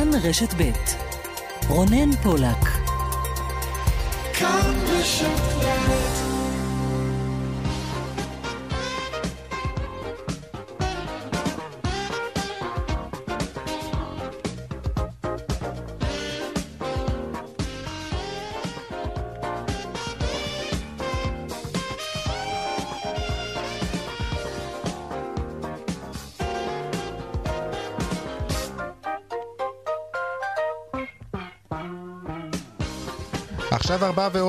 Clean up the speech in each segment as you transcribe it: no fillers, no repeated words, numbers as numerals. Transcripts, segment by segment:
כאן רשת ב' רונן פולק. כאן רשת ב'. עכשיו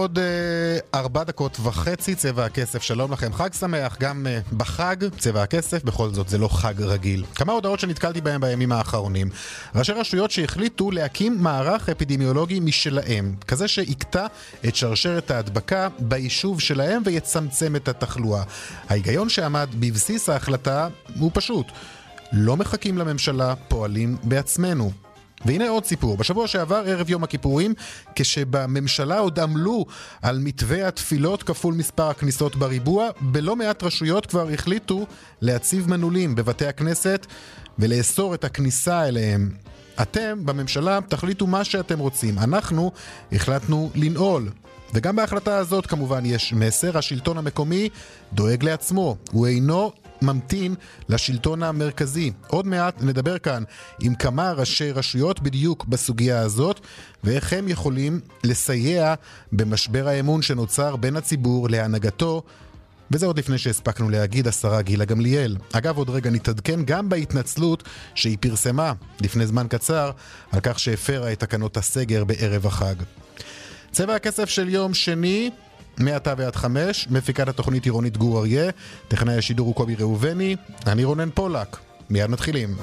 4:04 צבע הכסף. שלום לכם, חג שמח. גם בחג צבע הכסף, בכל זאת זה לא חג רגיל. כמה הודעות שנתקלתי בהם בימים האחרונים. ראשי רשויות שהחליטו להקים מערך אפידמיולוגי משלהם, כזה שיקטע את שרשרת ההדבקה ביישוב שלהם ויצמצם את התחלואה. ההיגיון שעמד בבסיס ההחלטה הוא פשוט: לא מחכים לממשלה, פועלים בעצמנו. והנה עוד סיפור. בשבוע שעבר, ערב יום הכיפורים, כשבממשלה עוד עמלו על מתווה התפילות כפול מספר הכניסות בריבוע, בלא מעט רשויות כבר החליטו להציב מנעולים בבתי הכנסת ולאסור את הכניסה אליהם. אתם בממשלה תחליטו מה שאתם רוצים. אנחנו החלטנו לנעול. וגם בהחלטה הזאת כמובן יש מסר: השלטון המקומי דואג לעצמו, הוא אינו ממתין לשלטון המרכזי. עוד מעט נדבר כאן עם כמה ראשי רשויות בדיוק בסוגיה הזאת, ואיך הם יכולים לסייע במשבר האמון שנוצר בין הציבור להנהגתו. וזה עוד לפני שהספקנו להגיד השרה גילה גמליאל. אגב, עוד רגע נתעדכן גם בהתנצלות שהיא פרסמה לפני זמן קצר על כך שהפרה את תקנות הסגר בערב החג. צבע הכסף של יום שני, מעתה ועד 5, מפיקת התוכנית עירונית גור אריה, טכנאי השידור הוא קובי ראובני, אני רונן פולק. מיד מתחילים.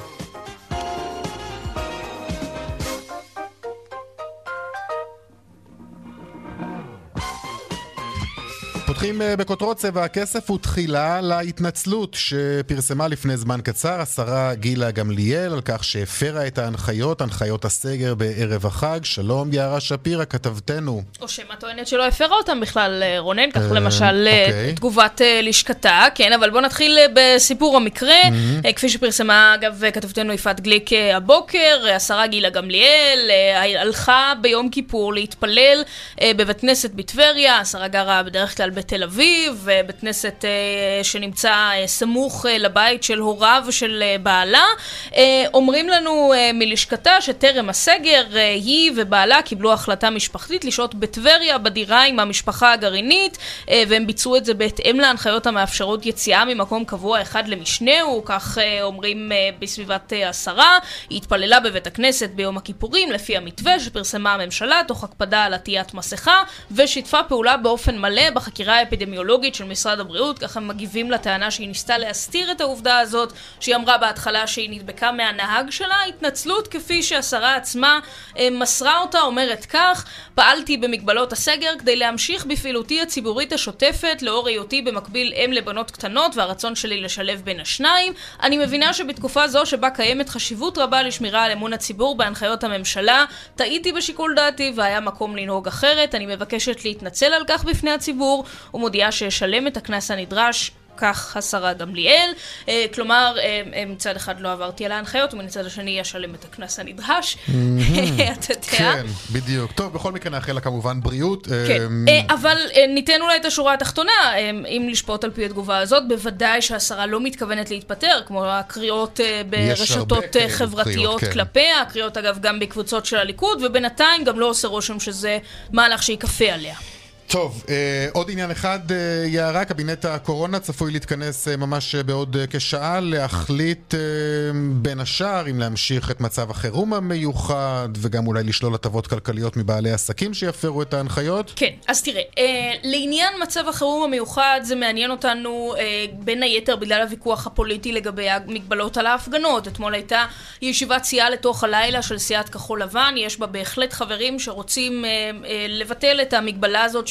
פותחים בכותרות צבע הכסף ותחילה להתנצלות שפרסמה לפני זמן קצר השרה גילה גמליאל על כך שהפרה את הנחיות הסגר בערב החג. שלום יערה שפירא, כתבתנו. או שמה טוענת שלא הפרה אותם בכלל, רונן, כך למשל תגובת לשכתה, כן, אבל בוא נתחיל בסיפור המקרה. כפי שפרסמה אגב כתבתנו יפעת גליק הבוקר, השרה גילה גמליאל הלכה ביום כיפור להתפלל בבית כנסת בטבריה. השרה גרה בדרך כלל בתל אביב, בית כנסת שנמצא סמוך לבית של הוריו של בעלה. אומרים לנו מלשכתה שטרם הסגר היא ובעלה קיבלו החלטה משפחתית לשהות בטבריה בדירה עם המשפחה הגרעינית, והם ביצעו את זה בהתאם להנחיות המאפשרות יציאה ממקום קבוע אחד למשנהו, כך אומרים בסביבת השרה. היא התפללה בבית הכנסת ביום הכיפורים לפי המתווה שפרסמה הממשלה, תוך הקפדה על עטיית מסכה, ושיתפה פעולה באופן מלא בחקירה האפידמיולוגית של משרד הבריאות. ככה מגיבים לטענה שהיא ניסתה להסתיר את העובדה הזאת, שהיא אמרה בהתחלה שהיא נדבקה מהנהג שלה. התנצלות כפי שהשרה עצמה מסרה אותה אומרת כך: פעלתי במגבלות הסגר כדי להמשיך בפעילותי הציבורית השוטפת לאור היותי במקביל אם לבנות קטנות והרצון שלי לשלב בין השניים. אני מבינה שבתקופה זו שבה קיימת חשיבות רבה לשמירה על אמון הציבור בהנחיות הממשלה, טעיתי בשיקול דעתי והיה מקום לנהוג אחרת. אני מבקשת להתנצל על כך בפני הציבור ומודיעה שישלם את הקנס הנדרש. כך השרה גמליאל. כלומר, מצד אחד לא עברתי על ההנחיות, ומצד השני ישלם את הקנס הנדרש. אתה יודע. כן, בדיוק. טוב, בכל מקרה נאחל לה כמובן בריאות. כן, אבל ניתן אולי את השורה התחתונה. אם לשפוט על פי התגובה הזאת, בוודאי שהשרה לא מתכוונת להתפטר, כמו הקריאות ברשתות חברתיות כלפיה, הקריאות אגב גם בקבוצות של הליכוד, ובינתיים גם לא עושה רושם שזה מהלך שיקפה עליה. טוב, עוד עניין אחד, יערה, קבינט הקורונה צפוי להתכנס ממש בעוד כשעה, להחליט בין השאר אם להמשיך את מצב החירום המיוחד וגם אולי לשלול הטבות כלכליות מבעלי עסקים שיפרו את ההנחיות. כן, אז תראה, לעניין מצב החירום המיוחד זה מעניין אותנו בין היתר בגלל הוויכוח הפוליטי לגבי המגבלות על ההפגנות. אתמול הייתה ישיבת סיעה לתוך הלילה של סיעת כחול לבן, יש בה בהחלט חברים שרוצים לבטל את המגבלה הזאת של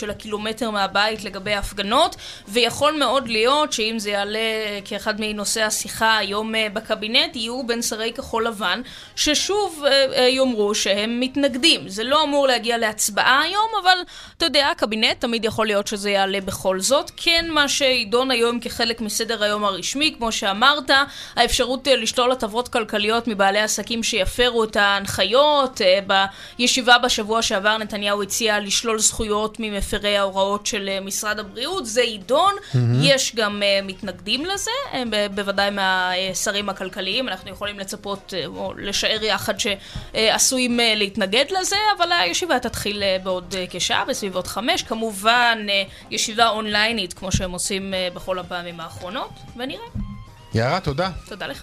של הקילומטר מהבית לגבי הפגנות, ויכול מאוד להיות שאם זה יעלה כאחד מנושאי השיחה היום בקבינט, יהיו בין שרי כחול לבן, ששוב יאמרו שהם מתנגדים. זה לא אמור להגיע להצבעה היום, אבל אתה יודע, הקבינט תמיד יכול להיות שזה יעלה בכל זאת. כן, מה שידון היום כחלק מסדר היום הרשמי, כמו שאמרת, האפשרות לשלול הטבות כלכליות מבעלי עסקים שיפרו את ההנחיות. בישיבה בשבוע שעבר נתניהו הציע לשלול זכויות ממפרי ההוראות של משרד הבריאות. זה ידון. יש גם מתנגדים לזה, בוודאי מהשרים הכלכליים. אנחנו יכולים לצפות או לשער יחד שעשויים להתנגד לזה, אבל הישיבה תתחיל בעוד כשעה, בסביבות 5. כמובן, ישיבה אונליינית, כמו שהם עושים בכל הפעמים האחרונות, ונראה. יערה, תודה. תודה לך.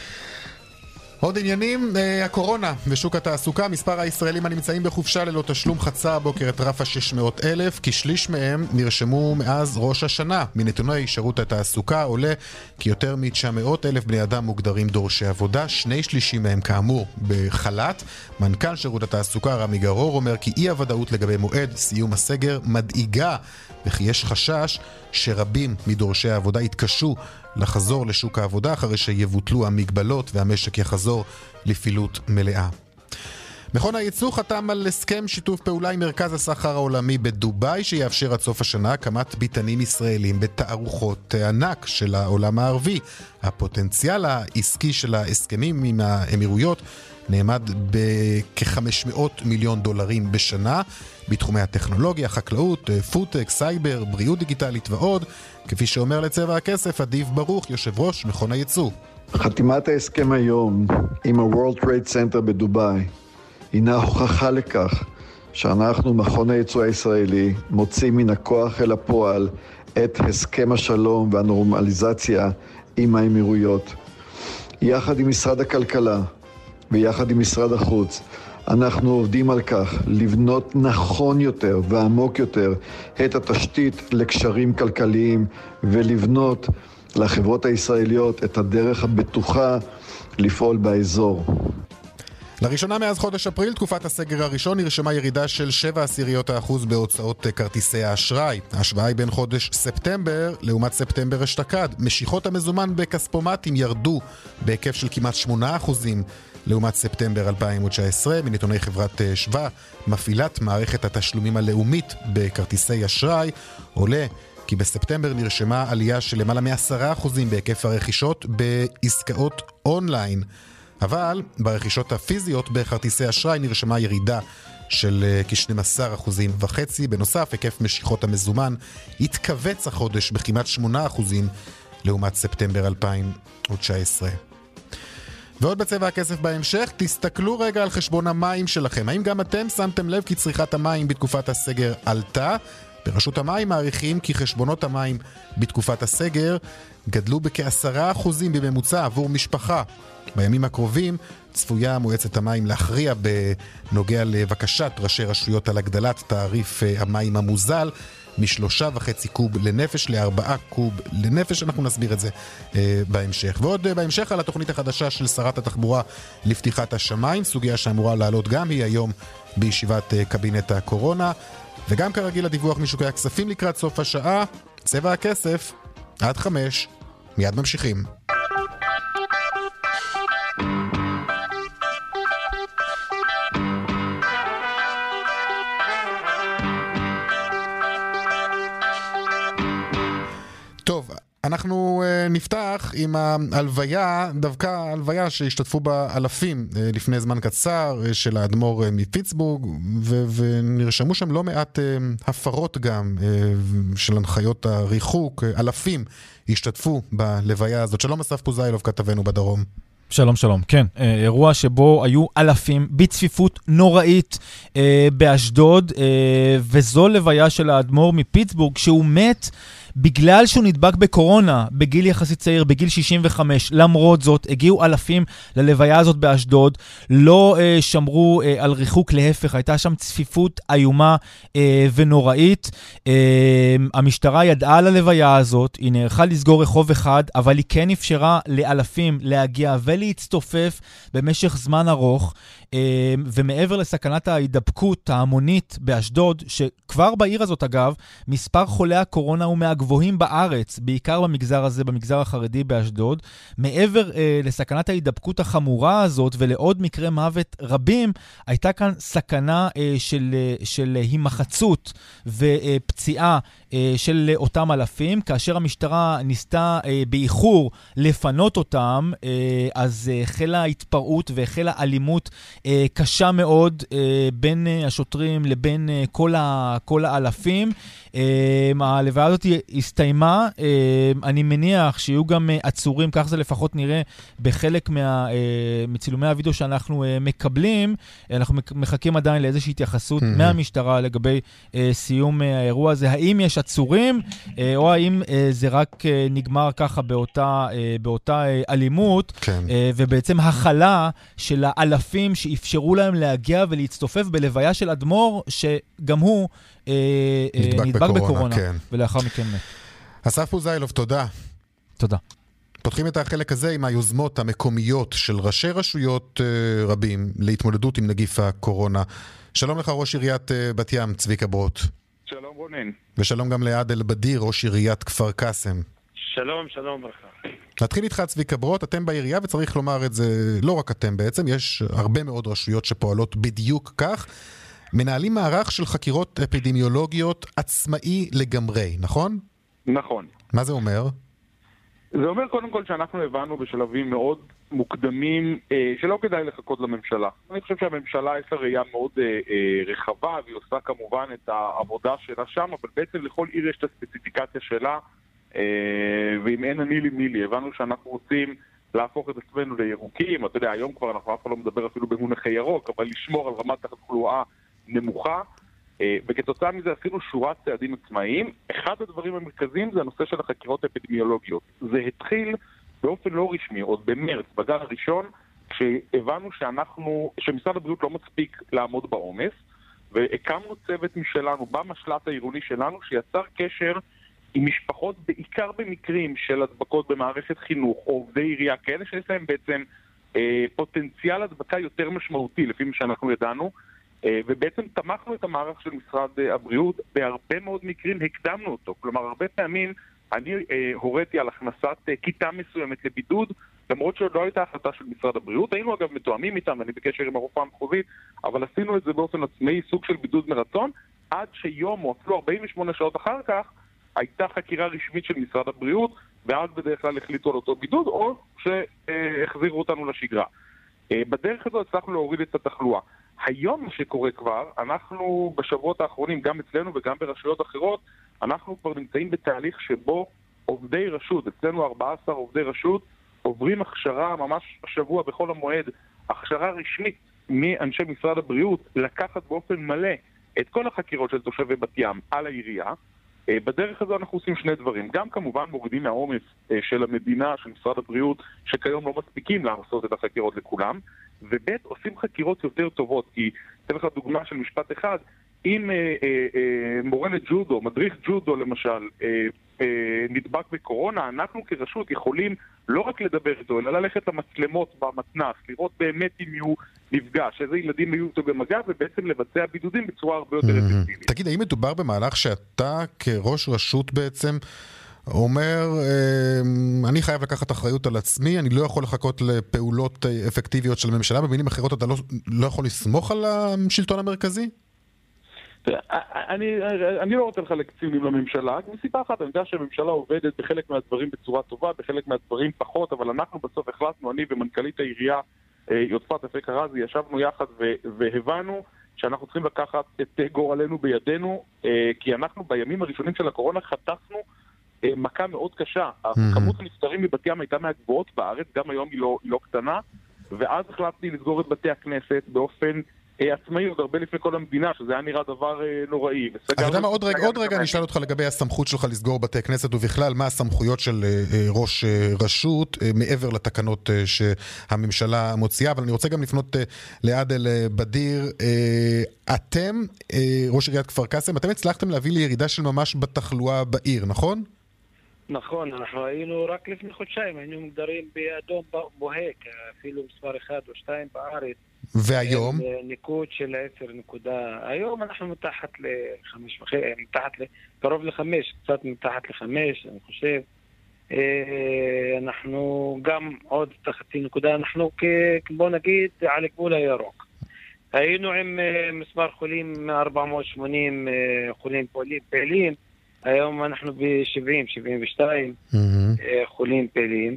עוד עניינים, הקורונה ושוק התעסוקה. מספר הישראלים הנמצאים בחופשה ללא תשלום חצה הבוקר את רף ה-600,000, כשליש מהם נרשמו מאז ראש השנה. מנתוני שירות התעסוקה עולה כי יותר מ-900,000 בני אדם מוגדרים דורשי עבודה, 2/3 מהם כאמור בחל"ת. מנכ"ל שירות התעסוקה רמי גרור אומר כי אי הוודאות לגבי מועד סיום הסגר מדאיגה, וכי יש חשש שרבים מדורשי העבודה יתקשו לחזור לשוק העבודה אחרי שיבוטלו המגבלות והמשק יחזור לפעילות מלאה. מכון הייצוא חתם על הסכם שיתוף פעולה עם מרכז הסחר העולמי בדובאי, שיאפשר עד סוף השנה הקמת ביתנים ישראלים בתערוכות ענק של העולם הערבי. הפוטנציאל העסקי של ההסכמים עם האמירויות נאמד בכ$500 מיליון בשנה, בתחומי הטכנולוגיה, חקלאות, פודטק, סייבר, בריאות דיגיטלית ועוד, כפי שאומר לצבע הכסף אדיב ברוך, יושב ראש מכון הייצוא. חתימת ההסכם היום עם ה-World Trade Center בדובאי הינה הוכחה לכך שאנחנו, מכון הייצוא הישראלי, מוצאים מן הכוח אל הפועל את הסכם השלום והנורמליזציה עם האמירויות. יחד עם משרד הכלכלה ויחד עם משרד החוץ, אנחנו עובדים על כך לבנות נכון יותר ועמוק יותר את התשתית לקשרים כלכליים, ולבנות לחברות הישראליות את הדרך הבטוחה לפעול באזור. לראשונה מאז חודש אפריל, תקופת הסגר הראשון, נרשמה ירידה של 0.7% בהוצאות כרטיסי האשראי. ההשוואה היא בין חודש ספטמבר לעומת ספטמבר אשתקד. משיכות המזומן בכספומטים ירדו בהיקף של כמעט 8% לעומת ספטמבר 2019. מנתוני חברת שווה, מפעילת מערכת התשלומים הלאומית בכרטיסי אשראי, עולה כי בספטמבר נרשמה עלייה של למעלה מ10% בהיקף הרכישות בעסקאות אונליין. אבל ברכישות הפיזיות בכרטיסי אשראי נרשמה ירידה של כ12.5%. בנוסף, היקף משיכות המזומן התכווץ החודש בכמעט 8% לעומת ספטמבר 2019. ועוד בצבע הכסף בהמשך, תסתכלו רגע על חשבון המים שלכם. האם גם אתם שמתם לב כי צריכת המים בתקופת הסגר עלתה? ברשות המים מעריכים כי חשבונות המים בתקופת הסגר גדלו בכ10% בממוצע עבור משפחה. בימים הקרובים צפויה מועצת המים להכריע בנוגע לבקשת ראשי רשויות על הגדלת תעריף המים המוזל מ3.5 קוב לנפש ל4 קוב לנפש. אנחנו נסביר את זה בהמשך. ועוד בהמשך על התוכנית החדשה של שרת התחבורה לפתיחת השמיים, סוגיה שאמורה לעלות גם היא היום בישיבת קבינט הקורונה. וגם כרגיל הדיווח משוקי הכספים לקראת סוף השעה. צבע הכסף עד 5. מיד ממשיכים. טוב, אנחנו נפתח עם ההלוויה, דווקא ההלוויה שהשתתפו בה אלפים לפני זמן קצר של האדמו"ר מפיטסבורג, ונרשמו שם לא מעט הפרות גם של הנחיות הריחוק. אלפים השתתפו בלוויה הזאת. שלום אסף פוזיילוב, כתבנו בדרום. שלום שלום, כן, אירוע שבו היו אלפים בצפיפות נוראית באשדוד, וזו לוויה של האדמו"ר מפיטסבורג שהוא מת בגלל שהוא נדבק בקורונה בגיל יחסית צעיר, בגיל 65, למרות זאת, הגיעו אלפים ללוויה הזאת באשדוד, לא שמרו על ריחוק, להפך, הייתה שם צפיפות איומה ונוראית. המשטרה ידעה על הלוויה הזאת, היא נערכה לסגור רחוב אחד, אבל היא כן אפשרה לאלפים להגיע ולהצטופף במשך זמן ארוך, ומעבר לסכנת ההידבקות ההמונית באשדוד, שכבר בעיר הזאת אגב, מספר חולי הקורונה הוא מהגבוהים בארץ, בעיקר במגזר הזה, במגזר החרדי באשדוד, מעבר לסכנת ההידבקות החמורה הזאת ולעוד מקרי מוות רבים, הייתה כאן סכנה של הימחצות ופציעה של אותם אלפים, כאשר המשטרה ניסתה באיחור לפנות אותם, אז החלה התפרעות והחלה אלימות קשה מאוד בין השוטרים לבין כל האלפים. הלוויה הזאת הסתיימה, אני מניח שיהיו גם עצורים, כך זה לפחות נראה בחלק מצילומי הוידאו שאנחנו מקבלים. אנחנו מחכים עדיין לאיזושהי התייחסות מהמשטרה לגבי סיום האירוע הזה, האם יש עצורים או האם זה רק נגמר ככה באותה אלימות, ובעצם החלה של האלפים שאפשרו להם להגיע ולהצטופף בלוויה של אדמו"ר שגם הוא נדבק בקורונה, ולאחר מכן מת. אסף פוזיילוב, תודה. תודה. פותחים את החלק הזה עם היוזמות המקומיות של ראשי רשויות רבים להתמודדות עם נגיף הקורונה. שלום לך ראש עיריית בת ים, צביקה ברוט. שלום רונן. ושלום גם ליעד אלבדיר, ראש עיריית כפר קאסם. שלום, שלום ברכה. נתחיל איתך צביקה ברוט, אתם בעירייה, וצריך לומר את זה, לא רק אתם בעצם, יש הרבה מאוד רשויות שפועלות בדיוק כך, מנהלים מערך של חקירות אפידמיולוגיות עצמאי לגמרי, נכון? נכון. מה זה אומר? זה אומר קודם כל שאנחנו הבנו בשלבים מאוד מוקדמים שלא כדאי לחכות לממשלה. אני חושב שהממשלה יש לה ראייה מאוד רחבה, והיא עושה כמובן את העבודה שלה שם, אבל בעצם לכל עיר יש את הספציפיקציה שלה, ואם אין אני לי מי לי, הבנו שאנחנו רוצים להפוך את עצמנו לירוקים. אתה יודע, היום כבר אנחנו אף פעם לא מדבר אפילו במונחי ירוק, אבל לשמור על רמת תחלואה נמוכה, וכתוצאה מזה עשינו שורת צעדים עצמאיים. אחד הדברים המרכזיים זה הנושא של החקירות האפידמיולוגיות. זה התחיל באופן לא רשמי, עוד במרץ, בגל הראשון, כשהבנו שמשרד הבריאות לא מספיק לעמוד בעומס, והקמנו צוות משלנו, במשלט העירוני שלנו, שיצר קשר עם משפחות, בעיקר במקרים של הדבקות במערכת חינוך, או עובדי עירייה כאלה שיש להם בעצם פוטנציאל הדבקה יותר משמעותי, לפי מה שאנחנו ידענו, ובעצם תמכנו את המערך של משרד הבריאות, בהרבה מאוד מקרים הקדמנו אותו. כלומר, הרבה פעמים אני הוריתי על הכנסת כיתה מסוימת לבידוד, למרות שעוד לא הייתה החלטה של משרד הבריאות. היינו אגב מתואמים איתם, אני בקשר עם הרופאה המחוזית, אבל עשינו את זה באופן עצמאי, סוג של בידוד מרצון, עד שיום או אפילו 48 שעות אחר כך, הייתה חקירה רשמית של משרד הבריאות, ואז בדרך כלל החליטו על אותו בידוד, או שהחזירו אותנו לשגרה. בדרך הזו הצלחנו להוריד את התחלואה. היום מה שקורה כבר, אנחנו בשבועות האחרונים, גם אצלנו וגם ברשויות אחרות, אנחנו כבר נמצאים בתהליך שבו עובדי רשות, אצלנו 14 עובדי רשות, עוברים הכשרה ממש השבוע בכל המועד, הכשרה רשמית מאנשי משרד הבריאות, לקחת באופן מלא את כל החקירות של תושבי בת ים על העירייה. בדרך הזו אנחנו עושים שני דברים. גם כמובן מורידים מהעומס של המדינה, של משרד הבריאות, שכיום לא מספיקים לעשות את החקירות לכולם, ובית עושים חקירות יותר טובות. כי, אתן לך דוגמה של משפט אחד, אם מורה לג'ודו, מדריך ג'ודו למשל, נדבק בקורונה, אנחנו כרשות יכולים לא רק לדבר איתו, אלא ללכת למצלמות במתנ"ס, לראות באמת אם יהיו נפגש, איזה ילדים יהיו איתו במגע, ובעצם לבצע בידודים בצורה הרבה יותר אפקטיבית. תגיד, האם מדובר במהלך שאתה כראש רשות בעצם אומר, אני חייב לקחת אחריות על עצמי, אני לא יכול לחכות לפעולות אפקטיביות של הממשלה, במילים אחרות אתה לא יכול לסמוך על השלטון המרכזי? אני לא רוצה לחלק ציונים לממשלה, מסיבה אחת, אני יודע שהממשלה עובדת בחלק מהדברים בצורה טובה, בחלק מהדברים פחות, אבל אנחנו בסוף החלטנו, אני ומנכ"לית העירייה, יודפת אפק הרזי, ישבנו יחד והבנו שאנחנו צריכים לקחת את גורלנו בידינו, כי אנחנו בימים הראשונים של הקורונה חטפנו מכה מאוד קשה. כמות הנפטרים מבת ים הייתה מהגבוהות בארץ, גם היום היא לא קטנה, ואז החלטתי לסגור את בתי הכנסת באופן עצמאי עוד הרבה לפני כל המדינה, שזה היה נראה דבר נוראי. אתה יודע מה, עוד רגע אני אשאל אותך לגבי הסמכות שלך לסגור בתי כנסת, ובכלל מה הסמכויות של ראש רשות, מעבר לתקנות שהממשלה מוציאה, אבל אני רוצה גם לפנות לעדל בדיר. אתם, ראש עיריית כפר קאסם, אתם הצלחתם להביא לירידה של ממש בתחלואה בעיר, נכון? נכון, אנחנו היינו רק לפני חודשיים, היינו מוגדרים באדום בוהק, אפילו מספר 1 או 2 בארץ. והיום? ניקוד של 10 נקודה. היום אנחנו מתחת קרוב ל5, קצת מתחת ל5, אני חושב. אנחנו גם עוד תחתי נקודה, אנחנו בוא נגיד על הגבול הירוק. היינו עם מספר חולים 480 חולים פעילים, היום אנחנו ב-72 חולים פעילים,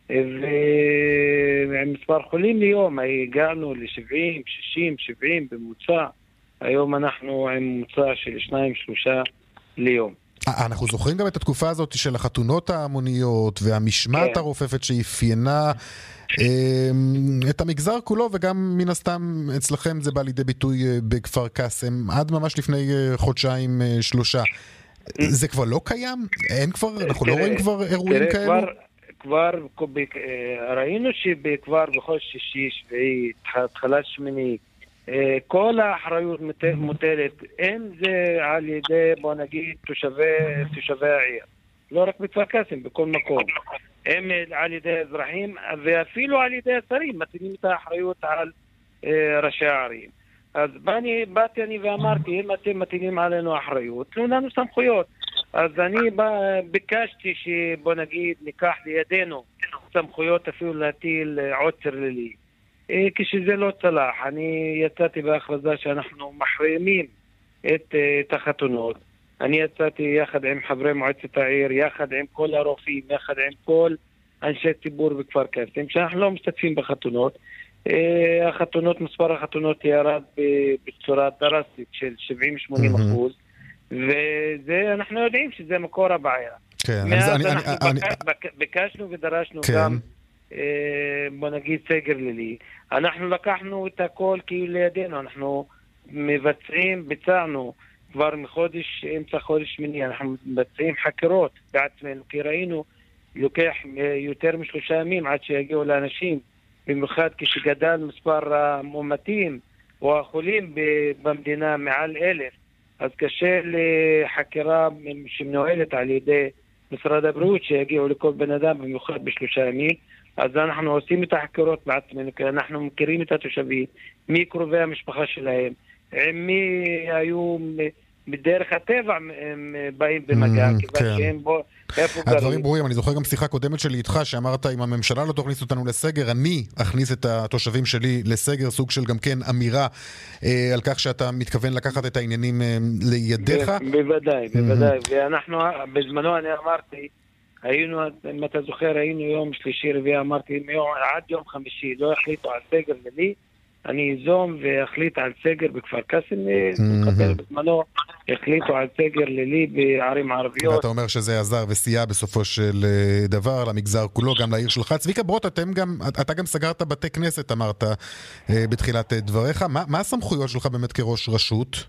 ועם מספר חולים ליום הגענו ל-70, 60, 70 בממוצע. היום אנחנו עם ממוצע של 2-3 ליום. אנחנו זוכרים גם את התקופה הזאת של החתונות ההמוניות והמשמעת הרופפת שאפיינה את המגזר כולו, וגם מן הסתם אצלכם זה בא לידי ביטוי בכפר קאסם עד ממש לפני חודשיים 3. זה כבר לא קיים? אין כבר? אנחנו לא רואים כבר אירועים כאלו? כבר ראינו שכבר בכל שישי, שביעי, התחלת שמיני, כל האחריות מוטלת, אם זה על ידי, בוא נגיד, תושבי העיר. לא רק בכפר קאסם, בכל מקום. הם על ידי אזרחים, ואפילו על ידי השרים, מטילים את האחריות על ראשי הערים. אז באתי אני ואמרתי, אם אתם מטילים עלינו אחריות, תנו לנו סמכויות. אז אני ביקשתי שבוא נגיד ניקח לידינו סמכויות אפילו להטיל עוצר לילי. כשזה לא צלח, אני יצאתי בהכרזה שאנחנו מחרימים את החתונות. אני יצאתי יחד עם חברי מועצת העיר, יחד עם כל הרופאים, יחד עם כל אנשי ציבור בכפר קאסם, שאנחנו לא משתתפים בחתונות. מספר החתונות ירד בצורה דרסטית של 70-80%, וזה אנחנו יודעים שזה מקור הבעיה. מאז אנחנו ביקשנו ודרשנו גם בוא נגיד סגר לילי. אנחנו לקחנו את הכל כאילו לידינו, אנחנו ביצענו כבר אמצע חודש שמיני, אנחנו מבצעים חקירות בעצמנו, כי ראינו לוקח יותר מ3 ימים עד שיגיעו לאנשים, במיוחד כשגדל מספר המאומתים או החולים במדינה מעל 1,000, אז קשה לחקירה שמנוהלת על ידי משרד הבריאות שיגיעו לכל בן אדם במיוחד ב3 ימים. אז אנחנו עושים את החקירות בעצמנו, כי אנחנו מכירים את התושבים, מי קרובי המשפחה שלהם, עם מי היו בדרך הטבע הם באים במגע, כיוון שהם איפה גרים. הדברים ברורים, אני זוכר גם שיחה קודמת שלי איתך, שאמרת אם הממשלה לא תכניס אותנו לסגר, אני אכניס את התושבים שלי לסגר, סוג של גם כן אמירה על כך שאתה מתכוון לקחת את העניינים לידיך. בוודאי, ואנחנו בזמנו אני אמרתי, היינו, אם אתה זוכר, היינו יום שלישי רביעי, אמרתי, עד יום חמישי לא החליטו על סגר לילי, אני איזום והחליט על סגר בכפר קאסם, בזמנו החליטו על סגר לילי בערים הערביות. ואתה אומר שזה עזר וסייע בסופו של דבר למגזר כולו, גם לעיר שלך. צביקה ברוט, אתה גם סגרת בתי כנסת, אמרת בתחילת דבריך. מה הסמכויות שלך באמת כראש רשות?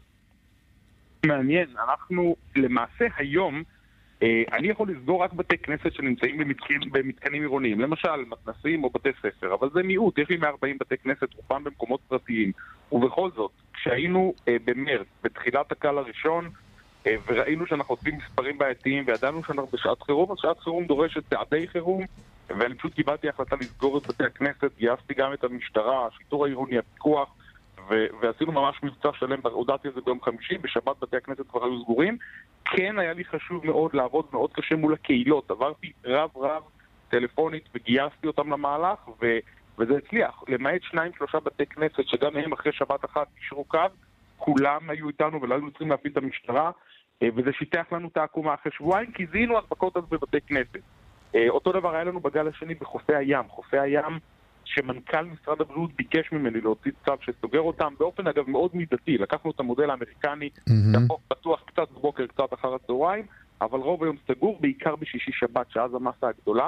מעניין, אנחנו למעשה היום אני יכול לסגור רק בתי כנסת שנמצאים במתקנים עירוניים, למשל מתנסים או בתי ספר, אבל זה מיעוט, יש לי 140 בתי כנסת, רובם במקומות פרטיים. ובכל זאת, כשהיינו במרץ, בתחילת הקל הראשון, וראינו שאנחנו עושים מספרים בעייתיים, וידענו שאנחנו בשעת חירום, אז שעת חירום דורשת צעדי חירום, ואני פשוט קיבלתי החלטה לסגור את בתי הכנסת, גייסתי גם את המשטרה, השיטור העירוני, הפיקוח, ועשינו ממש מבצע שלם, הודעתי את זה ביום חמישי, בשבת בתי הכנסת כבר היו סגורים. כן היה לי חשוב מאוד לעבוד מאוד קשה מול הקהילות, עברתי רב טלפונית וגייסתי אותם למהלך, וזה הצליח. למעט 2-3 בתי כנסת שגם הם אחרי שבת אחת אישרו קו, כולם היו איתנו ולא היו צריכים להפעיל את המשטרה, וזה שיתח לנו את העקומה אחרי שבועיים, כי זיהינו הדבקות אז בבתי כנסת. אותו דבר היה לנו בגל השני בחופי הים. חופי הים שמנכ"ל משרד הבריאות ביקש ממני להוציא צו שסוגר אותם, באופן אגב מאוד מידתי. לקחנו את המודל האמריקני, שהחוף פתוח קצת בבוקר, קצת אחר הצהריים, אבל רוב היום סגור, בעיקר בשישי שבת, שאז המסה הגדולה.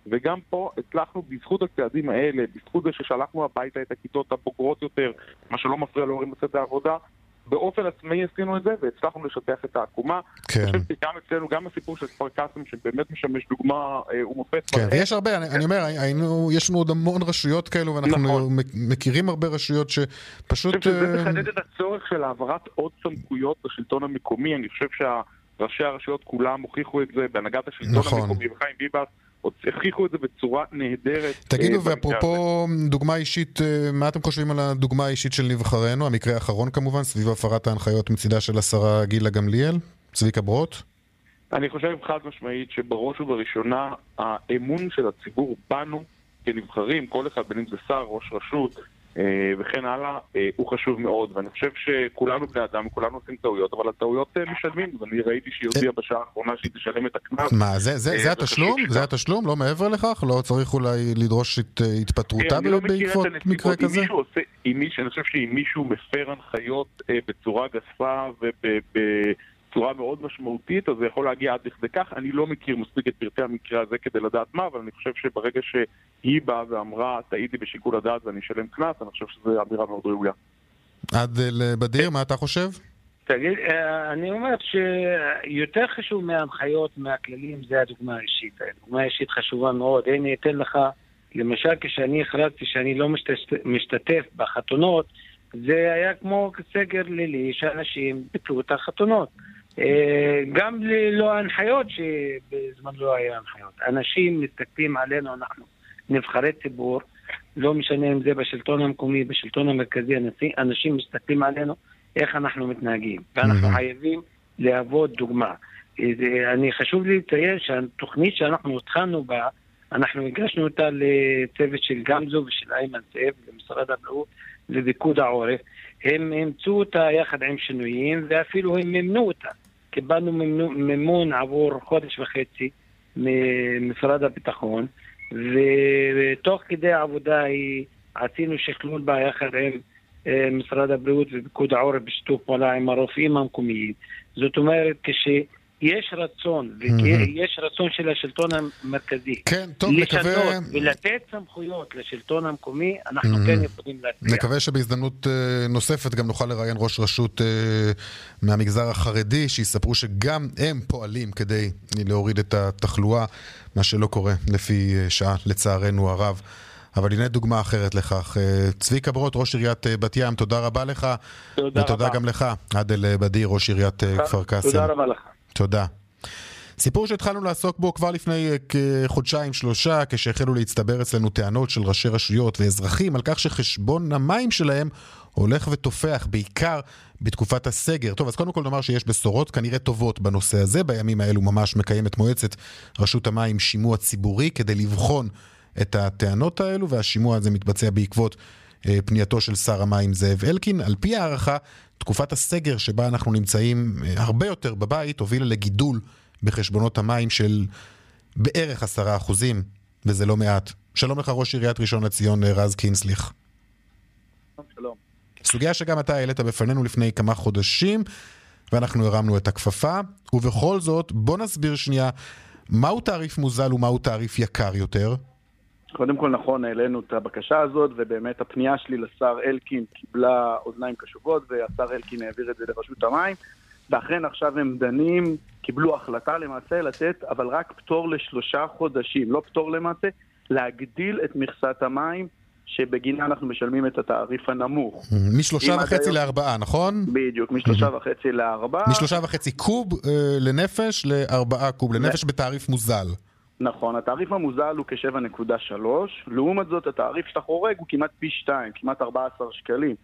וגם פה הצלחנו בזכות הצעדים האלה, בזכות זה ששלחנו הביתה את הכיתות הבוגרות יותר, מה שלא מפריע להורים לצאת לעבודה, באופן עצמאי עשינו את זה, והצלחנו לשטח את העקומה. כן. אני חושב שגם אצלנו, גם הסיפור של כפר קאסם, שבאמת משמש דוגמה ומופת. כן, ויש הרבה, אני אומר, יש לנו עוד המון רשויות כאלו, ואנחנו מכירים הרבה רשויות שפשוט... אני חושב שזה מחדד את הצורך של העברת עוד סמכויות לשלטון המקומי. אני חושב שראשי הרשויות כולם הוכיחו את זה, בהנהגת השלטון המקומי, וחיים ביבס, הוכיחו את זה בצורה נהדרת. תגידו, ואפרופו דוגמה אישית, מה אתם חושבים על הדוגמה האישית של נבחרנו? המקרה האחרון כמובן, סביב הפרת ההנחיות מצידה של השרה גילה גמליאל, צביקה ברוט? אני חושב חד משמעית שבראש ובראשונה האמון של הציבור בנו כנבחרים, כל אחד בין אם זה שר, ראש רשות וכן הלאה, הוא חשוב מאוד, ואני חושב שכולנו בני אדם, כולנו עושים טעויות, אבל הטעויות משלמים, ואני ראיתי שהיא הודיעה בשעה האחרונה שהיא תשלם את הקנס. מה, זה התשלום? זה התשלום? לא מעבר לכך? לא צריך אולי לדרוש את התפטרותה בעקבות מקרה כזה? אני חושב שאם מישהו מפר הנחיות בצורה גסה ובצורה מאוד משמעותית, אז זה יכול להגיע עד לכדי כך. אני לא מכיר מספיק את פרטי המקרה הזה כדי לדעת מה, אבל אני חושב שברגע שהיא באה ואמרה, טעיתי בשיקול הדעת ואני אשלם קנס, אני חושב שזו אמירה מאוד ראויה. עדל בדיר, מה אתה חושב? תגיד, אני אומר שיותר חשוב מההנחיות, מהכללים, זה הדוגמה האישית. הדוגמה האישית חשובה מאוד. אני אתן לך, למשל, כשאני החלטתי שאני לא משתתף בחתונות, זה היה כמו סגר לילי שאנשים ביטלו את החתונות. גם ללא ההנחיות, שבזמן לא היה הנחיות. אנשים מסתכלים עלינו, אנחנו נבחרי ציבור, לא משנה אם זה בשלטון המקומי, בשלטון המרכזי, אנשים מסתכלים עלינו איך אנחנו מתנהגים, ואנחנו חייבים להוות דוגמה. אני חשוב לי לציין שהתוכנית שאנחנו התחלנו בה, אנחנו הגשנו אותה לצוות של גמזו ושל איימן סייף, למשרד הבריאות ובפיקוד העורף. הם אימצו אותה יחד עם שינויים, ואפילו הם מימנו אותה. קיבלנו מימון עבור חודש וחצי ממשרד הביטחון, ותוך כדי העבודה עשינו שכלול בה יחד עם משרד הבריאות ובפיקוד העורף בשיתוף פעולה עם הרופאים המקומיים. זאת אומרת, כשיש רצון, ויש רצון של השלטון המרכזי, כן, טוב, לשנות ולתת סמכויות לשלטון המקומי, אנחנו כן יכולים להצליח. נקווה שבהזדמנות נוספת גם נוכל לראיין ראש רשות מהמגזר החרדי, שיספרו שגם הם פועלים כדי להוריד את התחלואה, מה שלא קורה לפי שעה, לצערנו הרב. אבל הנה דוגמה אחרת לכך. צביקה ברוט, ראש עיריית בת ים, תודה רבה לך. ותודה גם לך, עדל בדיר, ראש עיריית כפר קאסם. תודה רבה לך. תודה. סיפור שהתחלנו לעסוק בו כבר לפני חודשיים-שלושה, כשהחלו להצטבר אצלנו טענות של ראשי רשויות ואזרחים על כך שחשבון המים שלהם הולך ותופח, בעיקר בתקופת הסגר. טוב, אז קודם כל נאמר שיש בשורות כנראה טובות בנושא הזה. בימים האלו ממש מקיימת מועצת רשות המים שימוע ציבורי כדי לבחון את הטענות האלו, והשימוע הזה מתבצע בעקבות פנייתו של שר המים זאב אלקין. על פי הערכה, תקופת הסגר שבה אנחנו נמצאים הרבה יותר בבית הובילה לגידול בחשבונות המים של בערך 10%, וזה לא מעט. שלום לך ראש עיריית ראשון לציון רז קינסליך. שלום. סוגיה שגם אתה העלית בפנינו לפני כמה חודשים, ואנחנו הרמנו את הכפפה, ובכל זאת בוא נסביר שנייה מהו תעריף מוזל ומהו תעריף יקר יותר. קודם כל נכון, העלינו את הבקשה הזאת, ובאמת הפנייה שלי לשר אלקין קיבלה אוזניים קשובות, והשר אלקין העביר את זה לרשות המים, ואכן עכשיו הם דנים, קיבלו החלטה למעשה לתת, אבל רק פטור ל3 חודשים, לא פטור למעשה, להגדיל את מכסת המים, שבגינה אנחנו משלמים את התעריף הנמוך. מ3.5 ל4, נכון? בדיוק, מ3.5 ל4. מ3.5 קוב לנפש ל4 קוב לנפש בתעריף מוזל. נכון, התעריף המוזל הוא כ7.3, לעומת זאת התעריף שאתה חורג הוא כמעט פי 2, כמעט 14 שקלים.